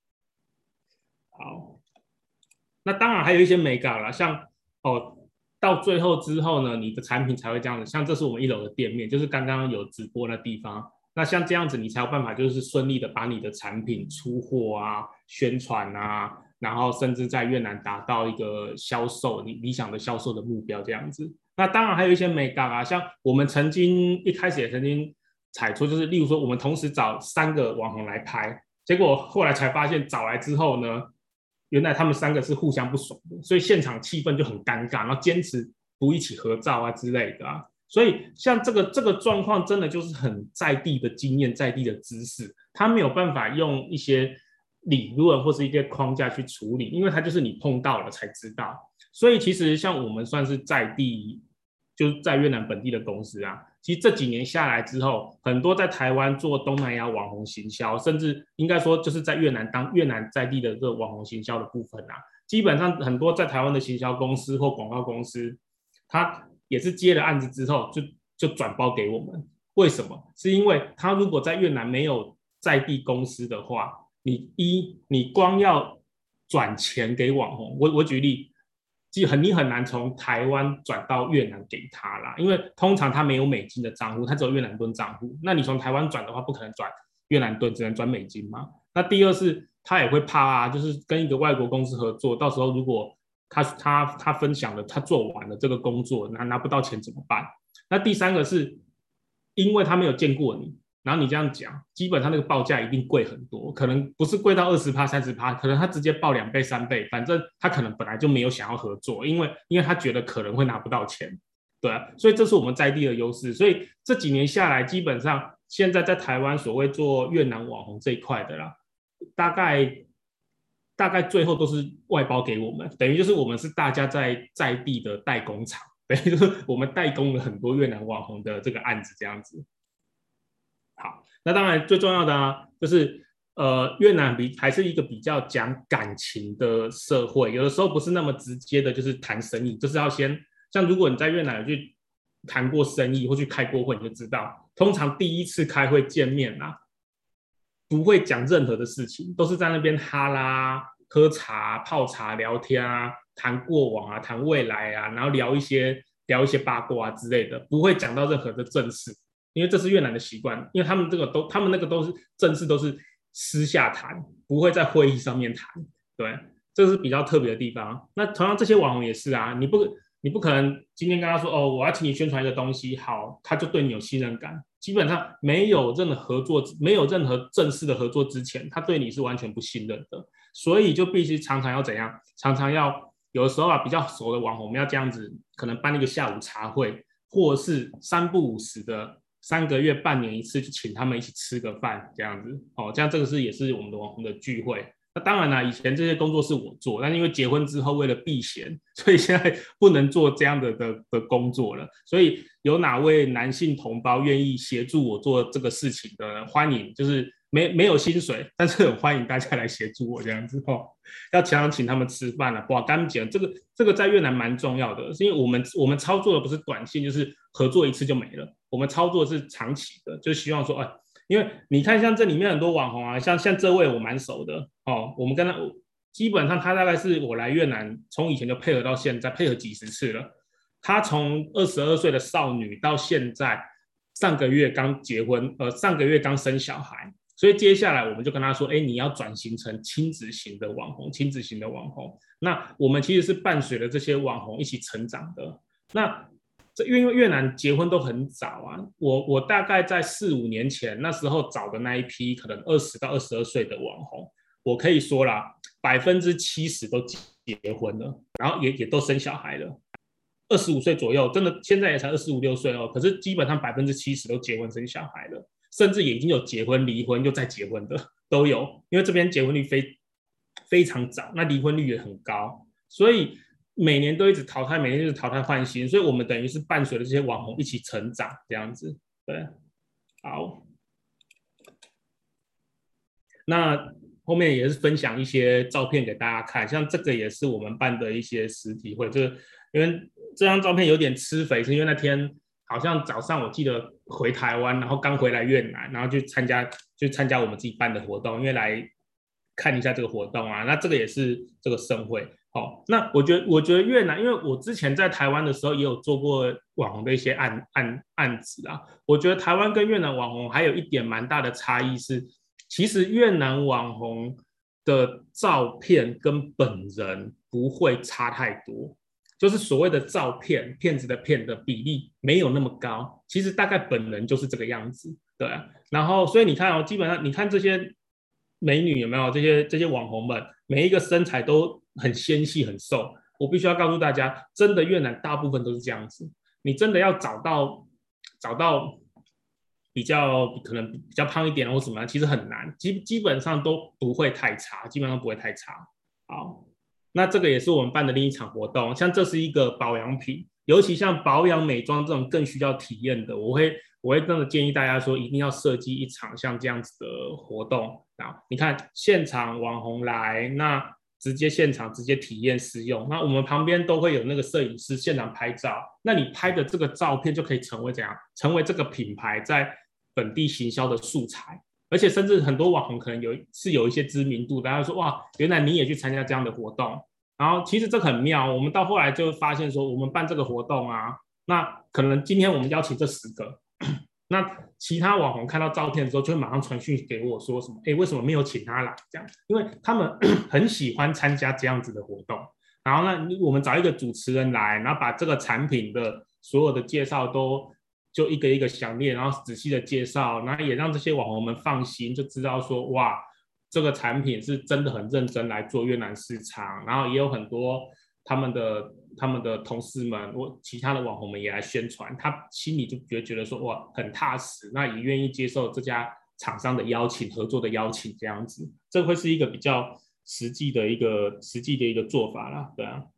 好，那当然还有一些美感啦，像哦，到最后之后呢，你的产品才会这样子。像这是我们一楼的店面，就是刚刚有直播那地方。那像这样子，你才有办法就是顺利的把你的产品出货啊、宣传啊，然后甚至在越南达到一个销售你理想的销售的目标这样子。那当然还有一些美感啊，像我们曾经一开始也曾经踩出，就是例如说我们同时找三个网红来拍，结果后来才发现找来之后呢，原来他们三个是互相不熟的，所以现场气氛就很尴尬，然后坚持不一起合照啊之类的啊。所以像这个这个状况，真的就是很在地的经验、在地的知识，他没有办法用一些理论或是一些框架去处理，因为他就是你碰到了才知道。所以其实像我们算是在地，就是在越南本地的公司啊，其实这几年下来之后，很多在台湾做东南亚网红行销，甚至应该说就是在越南当越南在地的这个网红行销的部分啊，基本上很多在台湾的行销公司或广告公司，他也是接了案子之后就就转包给我们。为什么？是因为他如果在越南没有在地公司的话，你一你光要转钱给网红，我我举例，很你很难从台湾转到越南给他啦，因为通常他没有美金的账户，他只有越南盾账户。那你从台湾转的话，不可能转越南盾，只能转美金嘛。那第二是他也会怕啊，就是跟一个外国公司合作，到时候如果他他他分享了，他做完了这个工作，拿拿不到钱怎么办？那第三个是，因为他没有见过你，然后你这样讲，基本上那个报价一定贵很多，可能不是贵到二十趴、三十趴，可能他直接报两倍、三倍，反正他可能本来就没有想要合作，因为因为他觉得可能会拿不到钱，对啊，所以这是我们在地的优势。所以这几年下来，基本上现在在台湾所谓做越南网红这一块的啦，大概。大概最后都是外包给我们，等于就是我们是大家在在地的代工厂，等于就是我们代工了很多越南网红的这个案子这样子。好，那当然最重要的啊，就是呃越南比还是一个比较讲感情的社会，有的时候不是那么直接的，就是谈生意，就是要先像如果你在越南有去谈过生意或去开过会，你就知道，通常第一次开会见面啊。不会讲任何的事情，都是在那边哈拉、喝茶、泡茶、聊天啊，谈过往啊，谈未来啊，然后聊一些聊一些八卦啊之类的，不会讲到任何的正事，因为这是越南的习惯，因为他们这个都，他们那个都是正事，都是私下谈，不会在会议上面谈，对，这是比较特别的地方。那同样这些网红也是啊，你不你不可能今天跟他说哦，我要请你宣传一个东西，好，他就对你有信任感。基本上没有任何合作，没有任何正式的合作之前，他对你是完全不信任的，所以就必须常常要怎样，常常要有的时候啊，比较熟的网红，我们要这样子，可能办一个下午茶会，或是三不五时的三个月、半年一次，就请他们一起吃个饭，这样子哦，这样这个是也是我们的网红的聚会。那当然啦，以前这些工作是我做，但因为结婚之后为了避嫌，所以现在不能做这样的的的工作了。所以有哪位男性同胞愿意协助我做这个事情的，欢迎，就是没没有薪水，但是很欢迎大家来协助我这样子哦。要常常请他们吃饭了、啊，哇，干讲这个这个在越南蛮重要的，是因为我们我们操作的不是短线，就是合作一次就没了，我们操作的是长期的，就希望说，哎。因为你看，像这里面很多网红啊，像像这位我蛮熟的哦，我们跟他基本上他大概是我来越南从以前就配合到现在，配合几十次了。他从二十二岁的少女到现在，上个月刚结婚，呃，上个月刚生小孩，所以接下来我们就跟他说，哎，你要转型成亲子型的网红，亲子型的网红。那我们其实是伴随着这些网红一起成长的。那因为越南结婚都很早啊，我我大概在四五年前那时候找的那一批，可能二十到二十二岁的网红，我可以说啦，百分之七十都结婚了，然后也也都生小孩了。二十五岁左右，真的现在也才二十五六岁哦，可是基本上百分之七十都结婚生小孩了，甚至也已经有结婚、离婚又再结婚的都有，因为这边结婚率非非常早，那离婚率也很高，所以。 每年都一直淘汰，每年就是淘汰换新，所以我们等于是伴随着这些网红一起成长这样子。对，好，那后面也是分享一些照片给大家看，像这个也是我们办的一些实体会，就是因为这张照片有点吃肥，是因为那天好像早上我记得回台湾，然后刚回来越南，然后去参加去参加我们自己办的活动，因为来看一下这个活动啊，那这个也是这个盛会。好，那我觉得我觉得越南，因为我之前在台湾的时候也有做过网红的一些案案案子啊，我觉得台湾跟越南网红还有一点蛮大的差异是。其实越南网红的照片跟本人不会差太多，就是所谓的照片骗子的骗的比例没有那么高，其实大概本人就是这个样子，对啊。然后所以你看哦，基本上你看这些美女有没有这些这些网红们，每一个身材都很纤细很瘦。我必须要告诉大家，真的越南大部分都是这样子，你真的要找到找到。比较可能比较胖一点或什么，其实很难，基基本上都不会太差，基本上不会太差。好，那这个也是我们办的另一场活动，像这是一个保养品，尤其像保养美妆这种更需要体验的，我会我会真的建议大家说，一定要设计一场像这样子的活动啊！你看现场网红来，那直接现场直接体验使用，那我们旁边都会有那个摄影师现场拍照，那你拍的这个照片就可以成为怎样？成为这个品牌在本地行销的素材，而且甚至很多网红可能有是有一些知名度，大家说哇，原来你也去参加这样的活动，然后其实这很妙，我们到后来就发现说，我们办这个活动啊，那可能今天我们邀请这十个。那其他网红看到照片之后，就会马上传讯给我说什么？哎，为什么没有请他来？这样，因为他们很喜欢参加这样子的活动。然后呢，我们找一个主持人来，然后把这个产品的所有的介绍都就一个一个详列，然后仔细的介绍，然后也让这些网红们放心，就知道说哇，这个产品是真的很认真来做越南市场，然后也有很多。他们的他们的同事们，我其他的网红们也来宣传，他心里就觉觉得说哇很踏实，那也愿意接受这家厂商的邀请、合作的邀请这样子，这会是一个比较实际的一个实际的一个做法啦，对啊。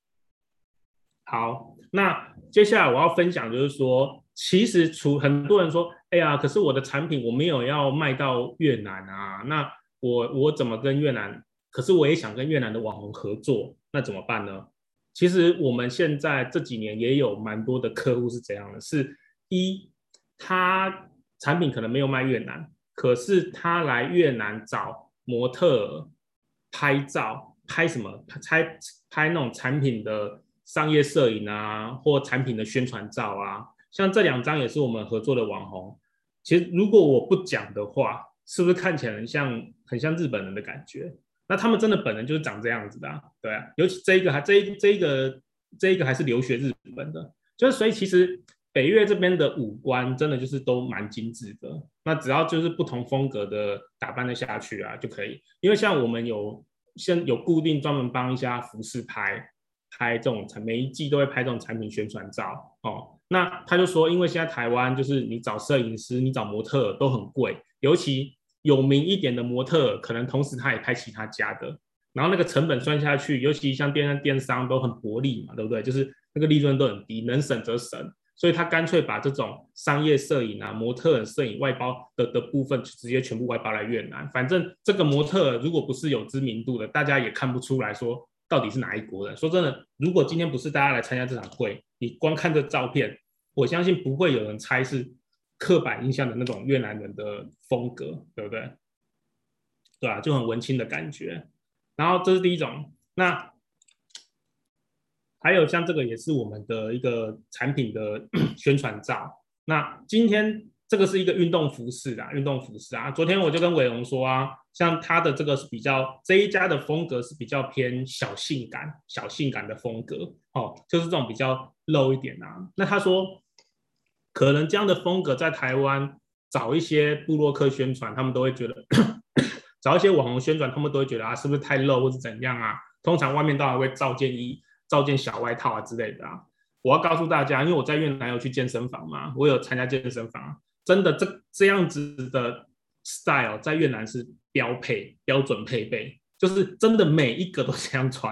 好，那接下来我要分享就是说，其实除很多人说，哎呀，可是我的产品我没有要卖到越南啊，那我我怎么跟越南？可是我也想跟越南的网红合作，那怎么办呢？其实我们现在这几年也有蛮多的客户是这样的，是一他产品可能没有卖越南，可是他来越南找模特拍照，拍什么？拍拍那种产品的商业摄影啊，或产品的宣传照啊。像这两张也是我们合作的网红。其实如果我不讲的话，是不是看起来很像很像日本人的感觉？那他们真的本人就是长这样子的、啊，对啊，尤其这一个还这一这一个这一个还是留学日本的，就是所以其实北越这边的五官真的就是都蛮精致的，那只要就是不同风格的打扮的下去啊就可以，因为像我们有现有固定专门帮一家服饰拍拍这种每一季都会拍这种产品宣传照哦，那他就说，因为现在台湾就是你找摄影师、你找模特都很贵，尤其有名一点的模特，可能同时他也拍其他家的，然后那个成本算下去，尤其像电电商都很薄利嘛，对不对？就是那个利润都很低，能省则省，所以他干脆把这种商业摄影啊、模特摄影外包的的部分直接全部外包来越南。反正这个模特如果不是有知名度的，大家也看不出来说到底是哪一国人。说真的，如果今天不是大家来参加这场会，你光看这照片，我相信不会有人猜是刻板印象的那种越南人的风格，对不对？对啊，就很文青的感觉。然后这是第一种，那还有像这个也是我们的一个产品的宣传照。那今天这个是一个运动服饰啊，运动服饰啊。昨天我就跟伟荣说啊，像他的这个是比较这一家的风格是比较偏小性感、小性感的风格，哦，就是这种比较露一点啊。那他说，可能这样的风格在台湾找一些部落客宣传，他们都会觉得找一些网红宣传，他们都会觉得啊，是不是太露或是怎样啊？通常外面都还会罩件衣、罩件小外套啊之类的啊。我要告诉大家，因为我在越南有去健身房嘛，我有参加健身房，真的这这样子的 style 在越南是标配、标准配备，就是真的每一个都这样穿。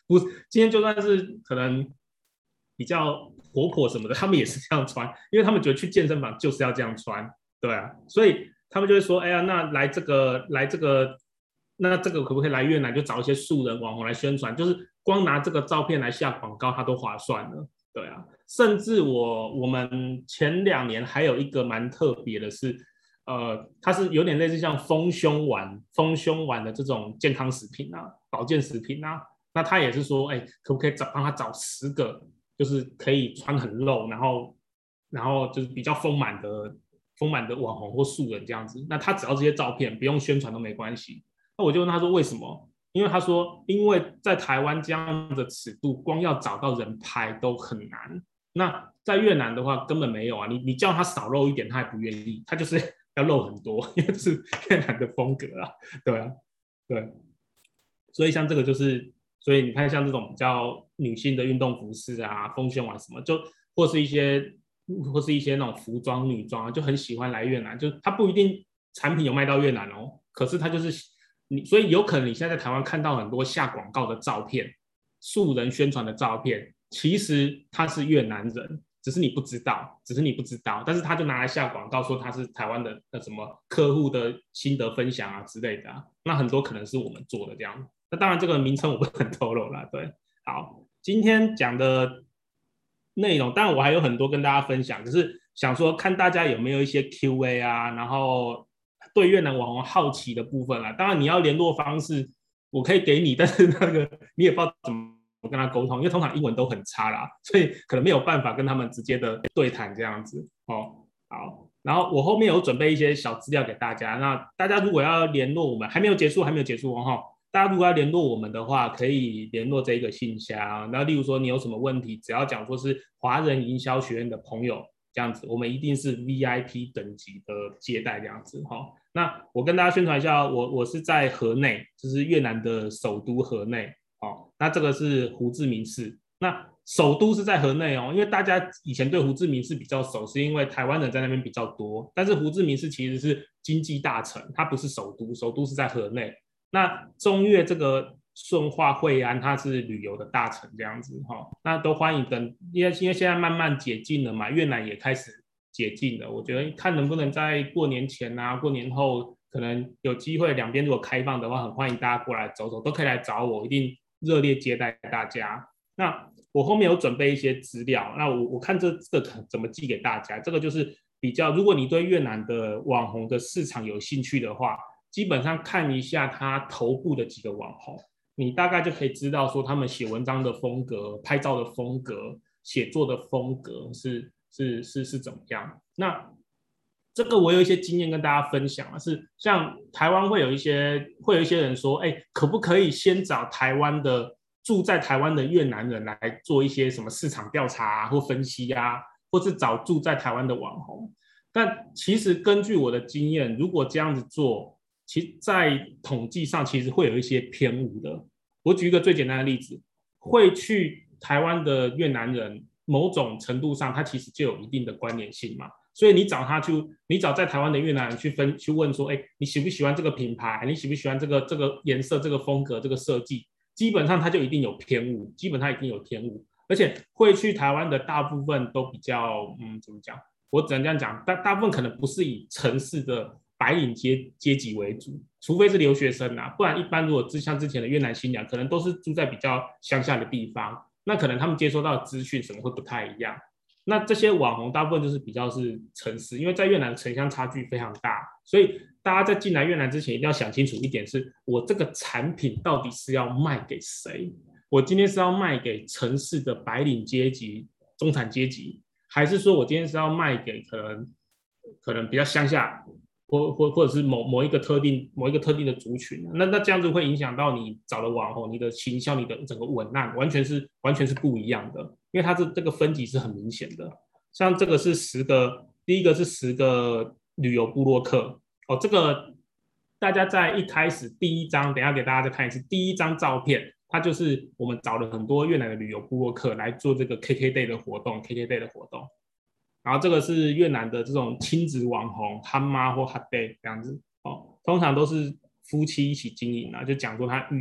不是今天就算是可能比较活泼什么的，他们也是这样穿，因为他们觉得去健身房就是要这样穿，对啊，所以他们就会说，哎呀，那来这个来这个，那这个可不可以来越南就找一些素人网红来宣传，就是光拿这个照片来下广告，它都划算了，对啊，甚至我我们前两年还有一个蛮特别的是。呃，它是有点类似像丰胸丸、丰胸丸的这种健康食品啊、保健食品啊。那他也是说，哎，可不可以找帮他找十个，就是可以穿很露，然后然后就是比较丰满的丰满的网红或素人这样子。那他只要这些照片，不用宣传都没关系。那我就问他说为什么？因为他说，因为在台湾这样的尺度，光要找到人拍都很难。那在越南的话，根本没有啊！你你叫他少露一点，他也不愿意，他就是要露很多，因为是越南的风格啊，对啊，对。所以像这个就是，所以你看像这种比较女性的运动服饰啊、丰胸啊什么，就或是一些或是一些那种服装、女装啊，就很喜欢来越南，就它不一定产品有卖到越南哦，可是它就是你，所以有可能你现在在台湾看到很多下广告的照片、素人宣传的照片，其实他是越南人。只是你不知道，只是你不知道，但是他就拿来下广告，说他是台湾的那什么客户的心得分享啊之类的啊，那很多可能是我们做的这样。那当然这个名称我不能透露啦，对。好，今天讲的内容，当然我还有很多跟大家分享，只是想说看大家有没有一些 Q A 啊，然后对越南网红好奇的部分啦。当然你要联络方式，我可以给你，但是那个你也不知道怎么。跟他沟通，因为通常英文都很差啦，所以可能没有办法跟他们直接的对谈这样子哦。好，然后我后面有准备一些小资料给大家，那大家如果要联络我们，还没有结束，还没有结束哦哈。大家如果要联络我们的话，可以联络这个信箱。那例如说你有什么问题，只要讲说是华人营销学院的朋友这样子，我们一定是 V I P 等级的接待这样子哈。那我跟大家宣传一下，我我是在河内，就是越南的首都河内。哦，那这个是胡志明市，那首都是在河内哦，因为大家以前对胡志明市比较熟，是因为台湾人在那边比较多，但是胡志明市其实是经济大城，它不是首都，首都是在河内。那中越这个顺化、惠安，它是旅游的大城这样子哈、哦，那都欢迎等，因为因为现在慢慢解禁了嘛，越南也开始解禁了，我觉得看能不能在过年前啊，过年后可能有机会，两边如果开放的话，很欢迎大家过来走走，都可以来找我，一定。热烈接待大家。那我后面有准备一些资料，那我我看这这个怎么寄给大家。这个就是比较，如果你对越南的网红的市场有兴趣的话，基本上看一下他头部的几个网红，你大概就可以知道说他们写文章的风格、拍照的风格、写作的风格是是是是怎么样。那这个我有一些经验跟大家分享，是像台湾会有一些会有一些人说，哎，可不可以先找台湾的住在台湾的越南人来做一些什么市场调查、啊、或分析啊，或是找住在台湾的网红？但其实根据我的经验，如果这样子做，其在统计上其实会有一些偏误的。我举一个最简单的例子，会去台湾的越南人，某种程度上他其实就有一定的关联性嘛。所以你找他去，你找在台湾的越南人去分去问说，哎，你喜不喜欢这个品牌？你喜不喜欢这个这个颜色、这个风格、这个设计？基本上他就一定有偏误，基本上一定有偏误，而且会去台湾的大部分都比较，嗯，怎么讲？我只能这样讲，大大部分可能不是以城市的白领阶阶级为主，除非是留学生啊，不然一般如果像之前的越南新娘，可能都是住在比较乡下的地方，那可能他们接收到的资讯什么会不太一样。那这些网红大部分就是比较是城市，因为在越南城乡差距非常大，所以大家在进来越南之前一定要想清楚一点是，我这个产品到底是要卖给谁？我今天是要卖给城市的白领阶级、中产阶级，还是说我今天是要卖给可能可能比较乡下，或或或者是某某一个特定某一个特定的族群？那那这样子会影响到你找的网红、你的行销、你的整个文案，完全是完全是不一样的。因为它这这个分级是很明显的，像这个是十个，第一个是十个旅游部落客哦，这个大家在一开始第一张，等一下给大家再看一次，第一张照片，它就是我们找了很多越南的旅游部落客来做这个 K K day 的活动 ，K K day 的活动，然后这个是越南的这种亲子网红，憨妈或 hot day 这样子哦，通常都是夫妻一起经营啊，就讲说他育儿。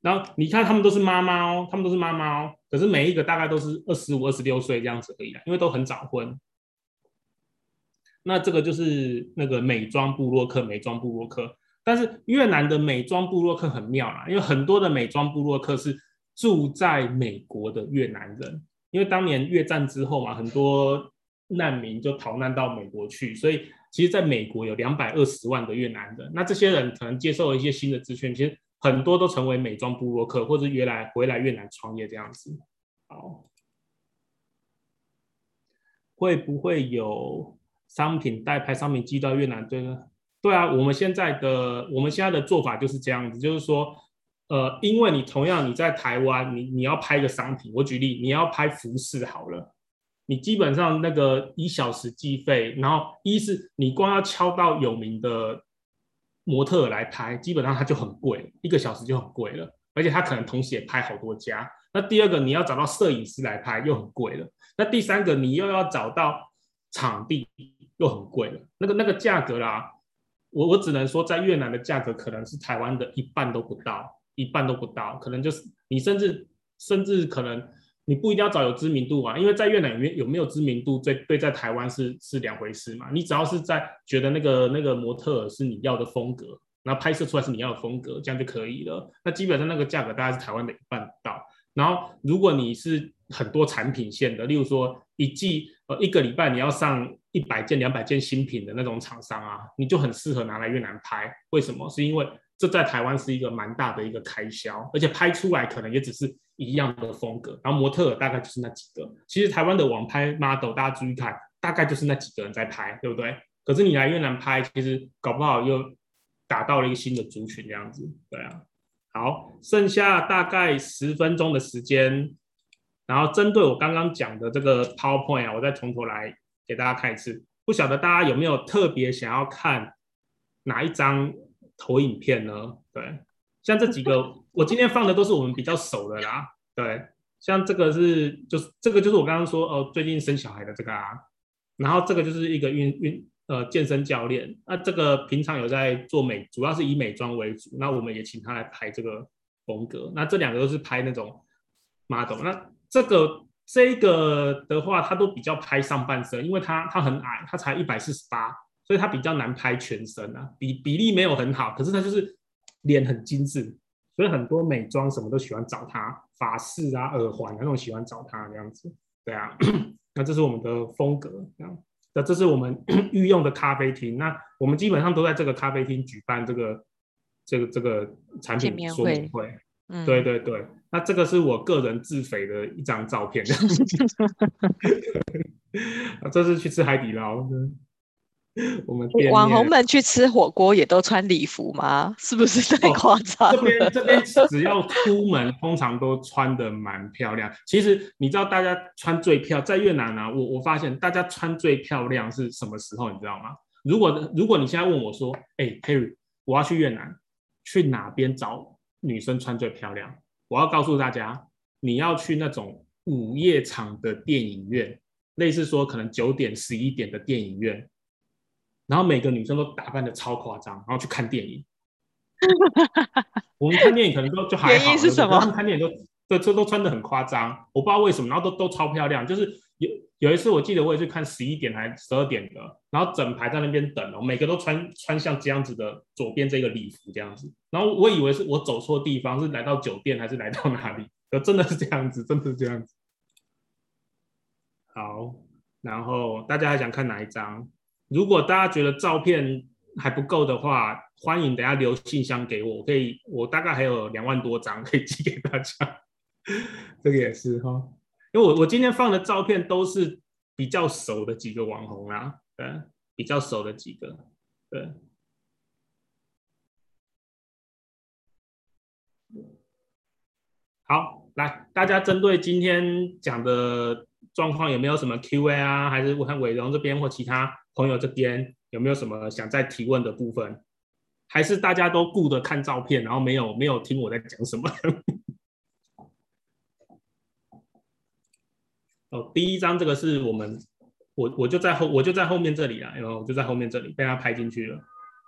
然后你看他们都是妈妈哦，他们都是妈妈哦，可是每一个大概都是二十五、二十六岁这样子而已啦，因为都很早婚。那这个就是那个美妆部落客，美妆部落客。但是越南的美妆部落客很妙啦，因为很多的美妆部落客是住在美国的越南人，因为当年越战之后嘛，很多难民就逃难到美国去，所以其实在美国有两百二十万的越南人。那这些人可能接受了一些新的资讯，其实很多都成为美妆部落客，或者原来回来越南创业这样子。好，会不会有商品代拍商品寄到越南？对呢，对啊，我们现在的我们现在的做法就是这样子，就是说，呃，因为你同样你在台湾，你你要拍一个商品，我举例，你要拍服饰好了，你基本上那个一小时计费，然后一是你光要敲到有名的模特来拍，基本上它就很贵，一个小时就很贵了，而且他可能同时也拍好多家。那第二个，你要找到摄影师来拍又很贵了。那第三个，你又要找到场地又很贵了，那个那个价格啦，我我只能说，在越南的价格可能是台湾的一半都不到，一半都不到，可能就是你甚至甚至可能你不一定要找有知名度啊，因为在越南里面有没有知名度，对对，在台湾是是两回事嘛。你只要是在觉得那个那个模特是你要的风格，然后拍摄出来是你要的风格，这样就可以了。那基本上那个价格大概是台湾的一半不到。然后，如果你是很多产品线的，例如说一季呃一个礼拜你要上一百件、两百件新品的那种厂商啊，你就很适合拿来越南拍。为什么？是因为这在台湾是一个蛮大的一个开销，而且拍出来可能也只是一样的风格，然后模特大概就是那几个。其实台湾的网拍 model 大家注意看，大概就是那几个人在拍，对不对？可是你来越南拍，其实搞不好又打到了一个新的族群这样子，对啊。好，剩下大概十分钟的时间，然后针对我刚刚讲的这个 PowerPoint 啊，我再从头来给大家看一次。不晓得大家有没有特别想要看哪一张投影片呢？对，像这几个，我今天放的都是我们比较熟的啦。对，像这个是就是这个就是我刚刚说哦，最近生小孩的这个啊，然后这个就是一个运运呃健身教练，那这个平常有在做美，主要是以美妆为主，那我们也请他来拍这个风格。那这两个都是拍那种 model，那这个这个的话，他都比较拍上半身，因为他他很矮，他才一百四十八，所以他比较难拍全身啊，比比例没有很好，可是他就是脸很精致，所以很多美妆什么都喜欢找他，发饰啊、耳环啊那种喜欢找他这样子，对啊。那这是我们的风格，这样。那这是我们御用的咖啡厅。那我们基本上都在这个咖啡厅举办这个这个这个产见品面会， 说明会。 嗯， 对对对，那这个是我个人自肥的一张照片。这是去吃海底捞，我们店网红面们去吃火锅也都穿礼服吗？是不是太哦， 夸张这边了？ 这边只要出门，通常都穿的蛮漂亮。其实你知道，大家穿最漂在越南啊，我我发现大家穿最漂亮是什么时候？你知道吗？如果如果你现在问我说，哎、欸、，Harry，我要去越南，去哪边找女生穿最漂亮？我要告诉大家，你要去那种午夜场的电影院，类似说可能九点、十一点的电影院，然后每个女生都打扮的超夸张，然后去看电影。我们看电影可能都就还原因好，对不对？可是他是什么？ 们看电影都对，这都穿的很夸张，我不知道为什么，然后都都超漂亮。就是有有一次我记得我也去看十一点还十二点的，然后整排在那边等哦，每个都穿穿像这样子的左边这个礼服这样子，然后我以为是我走错地方，是来到酒店还是来到哪里？可真的是这样子，真的是这样子。好，然后大家还想看哪一张？如果大家觉得照片还不够的话，欢迎等下留信箱给我，可以，我大概还有两万多张可以寄给大家。这个也是哈，因为我我今天放的照片都是比较熟的几个网红啦，对，比较熟的几个，对。好，来，大家针对今天讲的状况，有没有什么 Q A 啊？还是我看伟荣这边或其他朋友这边有没有什么想再提问的部分？还是大家都顾着看照片，然后没有没有听我在讲什么？哦，第一张这个是我们，我我就在后我就在后面这里啦，然后我就在后面这里被他拍进去了。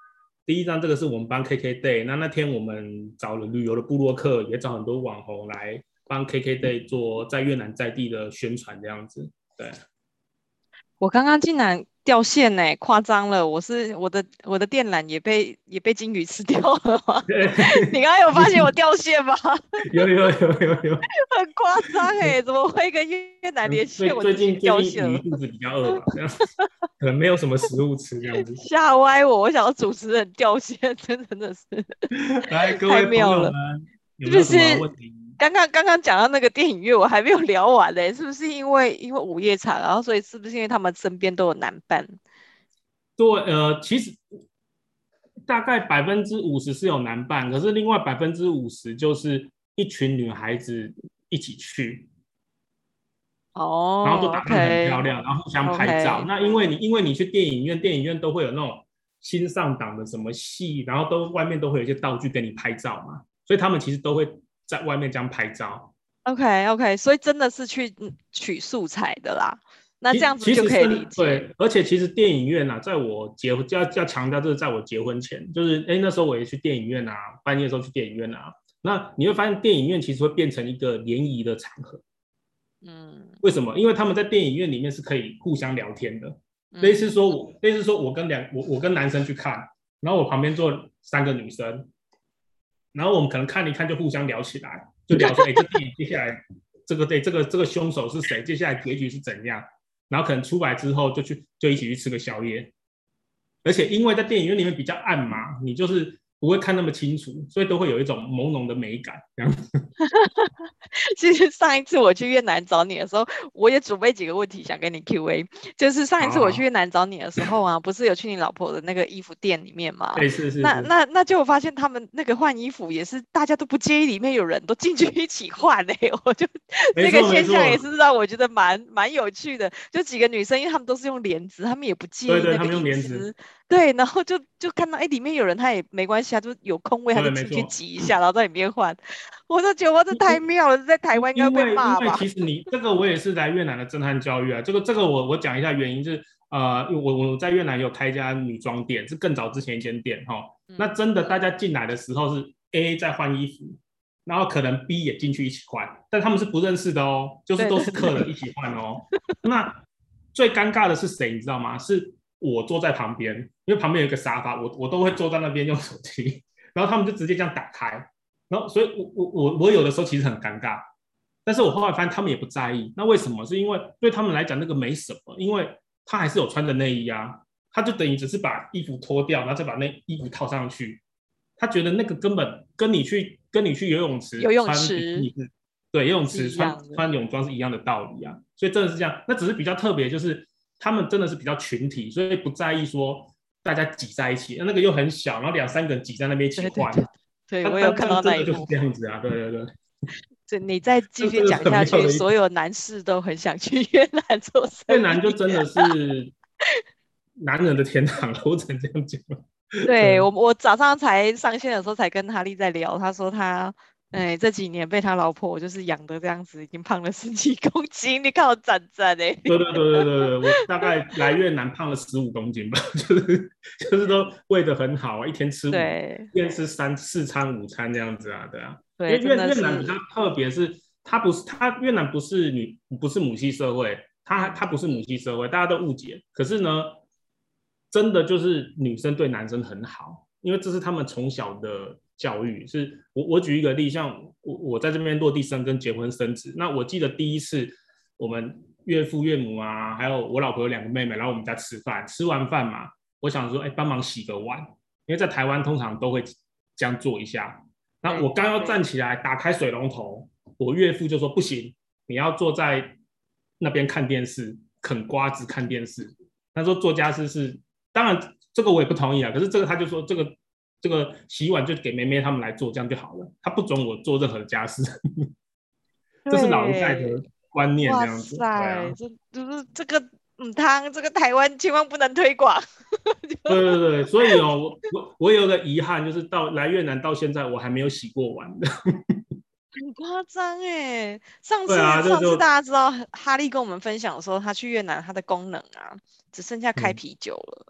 第一张这个是我们帮 K K Day， 那那天我们找了旅游的部落客，也找很多网红来帮 K K Day 做在越南在地的宣传这样子。对， 我刚刚竟然掉线呢，夸张了！我是我的我的电缆也被也被金鱼吃掉了吗？你刚刚有发现我掉线吗？ 有有有有有， 很夸张哎，怎么会跟越南连线最最我自己近最近掉线了？ 鱼肚子比较饿吧，这样可能没有什么食物吃这样子。 吓歪我！我想要主持人掉线，真的真的是来，各太位朋妙了。 友们，有是不没有什么是问题？ 刚刚刚刚讲到那个电影院，我还没有聊完嘞？是不是因为因为午夜场，然后所以是不是因为他们身边都有男伴？ 对，呃，其实大概百分之五十是有男伴，可是另外百分之五十就是一群女孩子一起去，然后都哦打扮得很漂 ，OK 亮，然后互相拍照。 OK， 那因为你因为你去电影院，电影院都会有那种新上档的什么戏，然后都外面都会有一些道具给你拍照嘛，所以他们其实都会在外面这样拍照。 OK OK，所以真的是去嗯取素材的啦。那这样子其其实就可以理解。 是对，而且其实电影院啊，在我结婚要要强调，这是在我结婚前，就是哎那时候我也去电影院啊，半夜的时候去电影院啊，那你会发现电影院其实会变成一个联谊的场合。 嗯为什么？因为他们在电影院里面是可以互相聊天的，类似嗯， 说我类似说我跟两我我跟男生去看，然后我旁边坐三个女生，然后我们可能看一看就互相聊起来，就聊说哎这电影接下来这个对这个这个凶手是谁，接下来结局是怎样，然后可能出来之后就去就一起去吃个宵夜，而且因为在电影院里面比较暗嘛，你就是不会看那么清楚，所以都会有一种朦胧的美感。这样其实上一次我去越南找你的时候，我也准备几个问题想跟你 Q A。就是上一次我去好好， 越南找你的时候啊，不是有去你老婆的那个衣服店里面吗？ 哎是是那是， 那那就我发现他们那个换衣服也是大家都不介意里面有人都进去一起换哎、欸，我就没这个错没错， 现象也是让我觉得蛮蛮有趣的。就几个女生，因为她们都是用帘子，她们也不介对对，他意那个们用帘子， 隐私，对，然后就就看到哎里面有人，他也没关系啊，就有空位他就进去对没错。 挤一下，然后在里面换。我都觉得哇这太妙了，在台湾应该会因被为因为骂吧？ 其实你这个我也是来越南的震撼教育啊，这个这个我我讲一下原因是呃，我我在越南有开一家女装店，是更早之前一间店哈。那嗯， 真的大家进来的时候是 A 在换衣服，然后可能 B 也进去一起换，但他们是不认识的哦，就是对对都是客人一起换哦。那最尴尬的是谁你知道吗？是我坐在旁边，因为旁边有一个沙发，我我都会坐在那边用手机，然后他们就直接这样打开，然后所以我我我我有的时候其实很尴尬。但是我后来发现他们也不在意，那为什么？是因为对他们来讲那个没什么，因为他还是有穿的内衣啊，他就等于只是把衣服脱掉，然后再把那衣服套上去。他觉得那个根本跟你去跟你去游泳池游泳穿比基池尼是，对，游泳是池穿一样的。 穿泳装是一样的道理啊。所以真的是这样，那只是比较特别，就是他们真的是比较群体，所以不在意说大家挤在一起，那个又很小，然后两三个人挤在那边一起换， 对对对对，我有看但但但到那一幕。 真的就是这样子啊，对对对， 就你再继续这这个是很讲下去， 妙的一点。 所有男士都很想去越南做越生意。 南就真的是男人的天堂了，我只能这样讲。 对， 对我我早上才上线的时候才跟哈利在聊，他说他，哎，这几年被他老婆就是养的这样子，已经胖了十几公斤，你看我赞赞哎。 对对对对对对，我大概来越南胖了十五公斤吧，就是就是都喂得很好啊，一天吃五， 对一天吃三四餐午餐这样子啊，对啊。因对， 为越真的越南比较是， 特别是，它不是它越南不是女不是母系社会，它它嗯， 不是母系社会，大家都误解。可是呢，真的就是女生对男生很好，因为这是他们从小的教育。是我我举一个例，像我我在这边落地生根、结婚生子，那我记得第一次我们岳父岳母啊，还有我老婆有两个妹妹，然后我们家吃饭，吃完饭嘛，我想说，哎，帮忙洗个碗，因为在台湾通常都会这样做一下。那对我刚要站起来打开水龙头，我岳父就说不行，你要坐在那边看电视，啃瓜子看电视。他说做家事是，当然这个我也不同意啊，可是这个他就说这个这个洗碗就给妹妹他们来做，这样就好了，他不准我做任何的家事，这是老一代的对， 观念这哇样子，对塞， 啊。 这就是这个嗯汤，这个台湾千万不能推广。 对对对，所以哦，我我我有个遗憾，就是到来越南到现在，我还没有洗过碗的。 很夸张哎！上对啊，就次上次大就家知道哈利跟我们分享说，他去越南他的功能啊，只剩下开嗯， 啤酒了。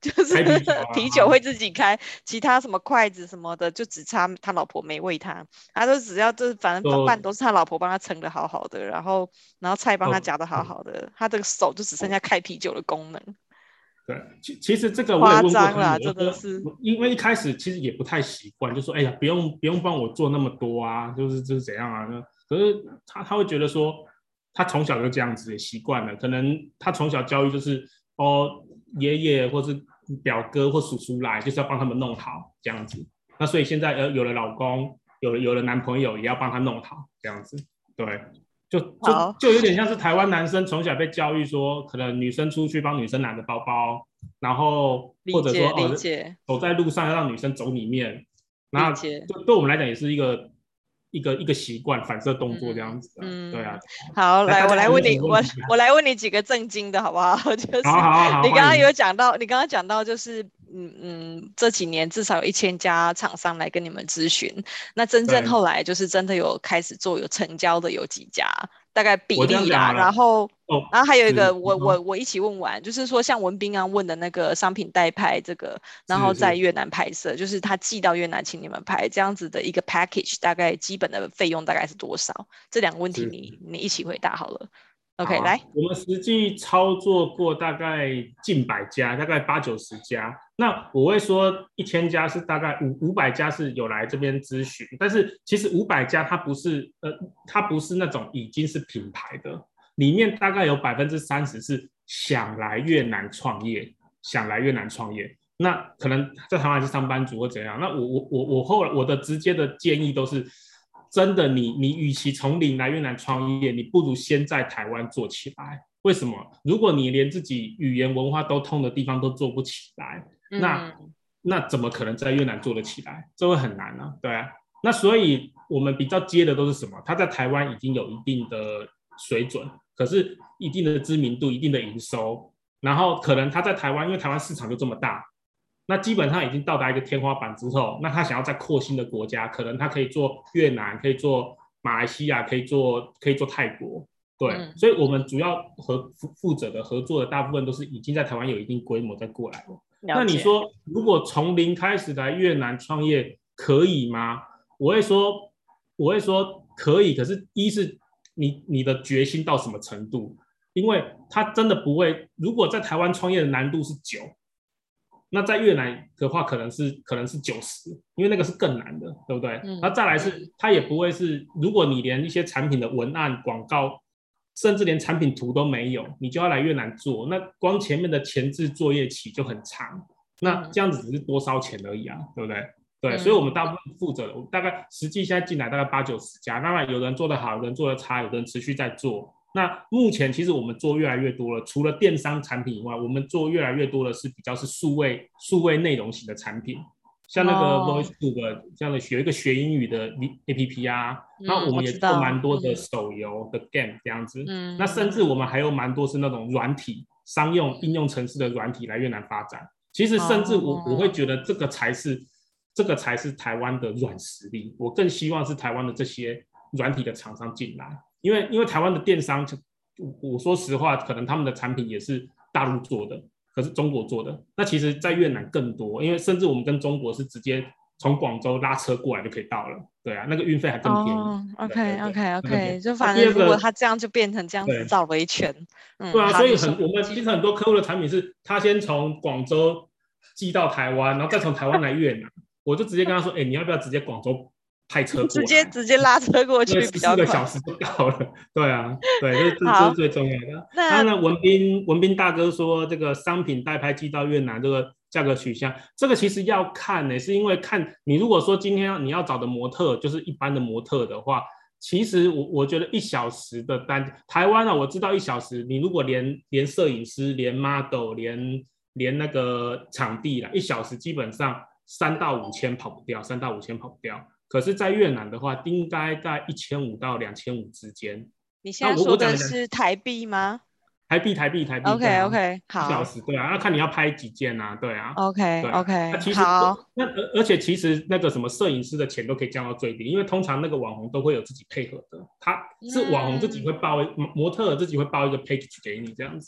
就是开啤酒啊， 啤酒会自己开，其他什么筷子什么的就只差他老婆没喂他，他都只要就是反正饭就都是他老婆帮他盛的好好的，然后然后菜帮他哦， 夹的好好的，他的手就只剩下开啤酒的功能。 对，其其实这个我也夸问过他们， 张啦， 我说， 真的是。 因为一开始其实也不太习惯，就说，哎呀，不用不用帮我做那么多啊，就是就是怎样啊？可是他他会觉得说，他从小就这样子也习惯了，可能他从小教育就是哦，爷爷或是表哥或叔叔来，就是要帮他们弄好这样子。那所以现在呃有了老公，有了有了男朋友，也要帮他弄好这样子，对。就就好， 就有点像是台湾男生从小被教育说，可能女生出去帮女生拿个包包，然后或理解者说哦， 理解走在路上要让女生走里面，那理解。 对对我们来讲也是一个一个一个习惯反射动作这样嗯子啊，对啊。 嗯，好， 来， 来， 大家还有我来问你，我什么问题吗？ 我来问你几个正经的好不好？就好是好好， 你刚刚有欢迎。 讲到，你刚刚讲到就是，嗯嗯，这几年至少有一千家厂商来跟你们咨询，那真正对， 后来就是真的有开始做有成交的有几家，大概比我这样例啦， 讲好了。 然后。 哦， 然后还有一个， 是， 我我我一起问完，就是说像文斌刚问的那个商品代拍这个，然后是是。 在越南拍摄，就是他寄到越南请你们拍这样子的一个 package，大概基本的费用大概是多少？这两个问题是你你一起回答好了。 好 OK， 啊， 来， 我们实际操作过大概近百家，大概八九十家。那我会说一千家是大概五五百家是有来这边咨询，但是其实五百家它不是呃，它不是那种已经是品牌的，里面大概有百分之三十是想来越南创业，想来越南创业。那可能在台湾是上班族或怎样。那我我我我后来我的直接的建议都是。真的你，你与其从零来越南创业，你不如先在台湾做起来。为什么？如果你连自己语言文化都通的地方都做不起来，那嗯那怎么可能在越南做得起来？这会很难啊，对啊。那所以我们比较接的都是什么？他在台湾已经有一定的水准，可是一定的知名度、一定的营收，然后可能他在台湾，因为台湾市场就这么大，那基本上已经到达一个天花板之后，那他想要再扩新的国家，可能他可以做越南，可以做马来西亚，可以做可以做泰国，对， 嗯， 所以我们主要和负责的合作的大部分都是已经在台湾有一定规模再过来了。 了解。 那你说，如果从零开始来越南创业可以吗？我会说，我会说可以，可是一是你你的决心到什么程度？因为他真的不会，如果在台湾创业的难度是九。那在越南的话，可能是可能是九十，因为那个是更难的，对不对？ 嗯， 那再来是，它也不会是，如果你连一些产品的文案、广告，甚至连产品图都没有，你就要来越南做，那光前面的前置作业期就很长，那这样子只是多烧钱而已啊，对不对？对，所以我们大部分负责的，大概实际现在进来大概八九十家，当然有人做得好，有人做得差，有人持续在做。那目前其实我们做越来越多了，除了电商产品以外，我们做越来越多的是比较是数位数位内容型的产品，像那个 VoiceTube 这样的有一个学英语的 A P P 啊，那嗯， 我们也做我知道。 蛮多的手游的 game 这样子， 嗯， 那甚至我们还有蛮多是那种软体商用应用程式的软体来越南发展。其实甚至我我会觉得这个才是这个才是台湾的软实力，我更希望是台湾的这些软体的厂商进来。因为因为台湾的电商，我说实话，可能他们的产品也是大陆做的，可是中国做的。那其实，在越南更多，因为甚至我们跟中国是直接从广州拉车过来就可以到了。对啊，那个运费还更便宜。 哦，OK OK 对对 OK，就那反正如果第二个， 他这样就变成这样子绕了一圈。嗯， 对啊， 好，你说。 所以很我们其实很多客户的产品是，他先从广州寄到台湾，然后再从台湾来越南，我就直接跟他说，哎，你要不要直接广州派车过来？ 直接直接拉车过去比较快， 四个小时就到了。对啊，对，这这这是最重要的。 那那文斌文斌大哥说，这个商品代拍寄到越南，这个价格取向，这个其实要看呢、欸，是因为看你如果说今天你要找的模特就是一般的模特的话，其实我我觉得一小时的单，台湾啊，我知道一小时，你如果连连摄影师、连 model、连连那个场地啦，一小时基本上三到五千跑不掉，三到五千跑不掉。可是，在越南的话，应该在一千五到两千五之间。 你现在说的是台币吗？ 台币，台币，台币。 OK OK，好。 一小时，对啊，要看你要拍几件啊，对啊。 OK OK， 那其实好。 那而且其实那个什么摄影师的钱都可以降到最低，因为通常那个网红都会有自己配合的，他是网红自己会包，模特自己会包一个 package 给你这样子。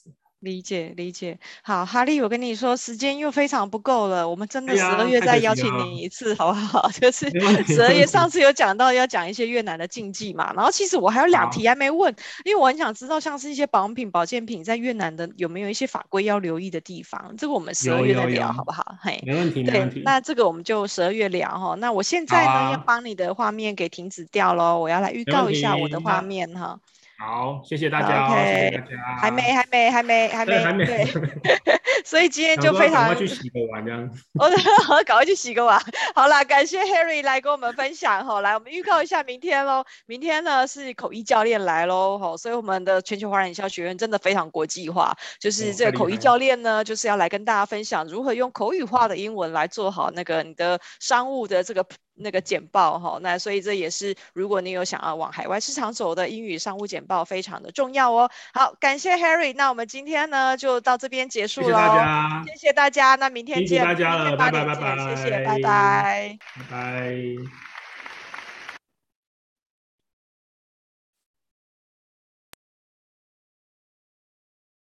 理解理解。好，哈利，我跟你说，时间又非常不够了，我们真的十二哎呀，太可月再邀惜了， 请你一次，好不好？就是没问题， 十二月没问题。 上次有讲到要讲一些越南的禁忌嘛，然后其实我还有两题好， 还没问，因为我很想知道，像是一些保养品、保健品在越南的有没有一些法规要留意的地方，这个我们十二有月再聊， 有有， 好不好？嘿， 没问题，没问对， 题。 那这个我们就十二月聊哈。那我现在呢要好啊， 帮你的画面给停止掉喽，我要来预没问告一下我的题。 画那面哈。 好，谢谢大家哦，谢谢 OK， 大还没， 家。 还没，还没，还对，还没， 没， 对，所以今天想说要就非常， 赶快去洗个碗这样。 我赶快去洗个碗。好啦，感谢 Harry 来跟我们分享哈。来，我们预告一下明天喽。明天呢是口译教练来喽，哈，所以我们的全球华人营销学院真的非常国际化。就是哦， 这个口译太厉害了。 教练呢，就是要来跟大家分享如何用口语化的英文来做好那个你的商务的这个那个简报哈。那所以这也是如果你有想要往海外市场走的英语商务简报非常的重要哦。好，感谢 Harry，那我们今天呢就到这边结谢谢大束喽。 家， 谢谢大家，那明天辛苦见， 大家了，拜明天八拜拜拜， 点见，谢谢，拜拜。 拜拜。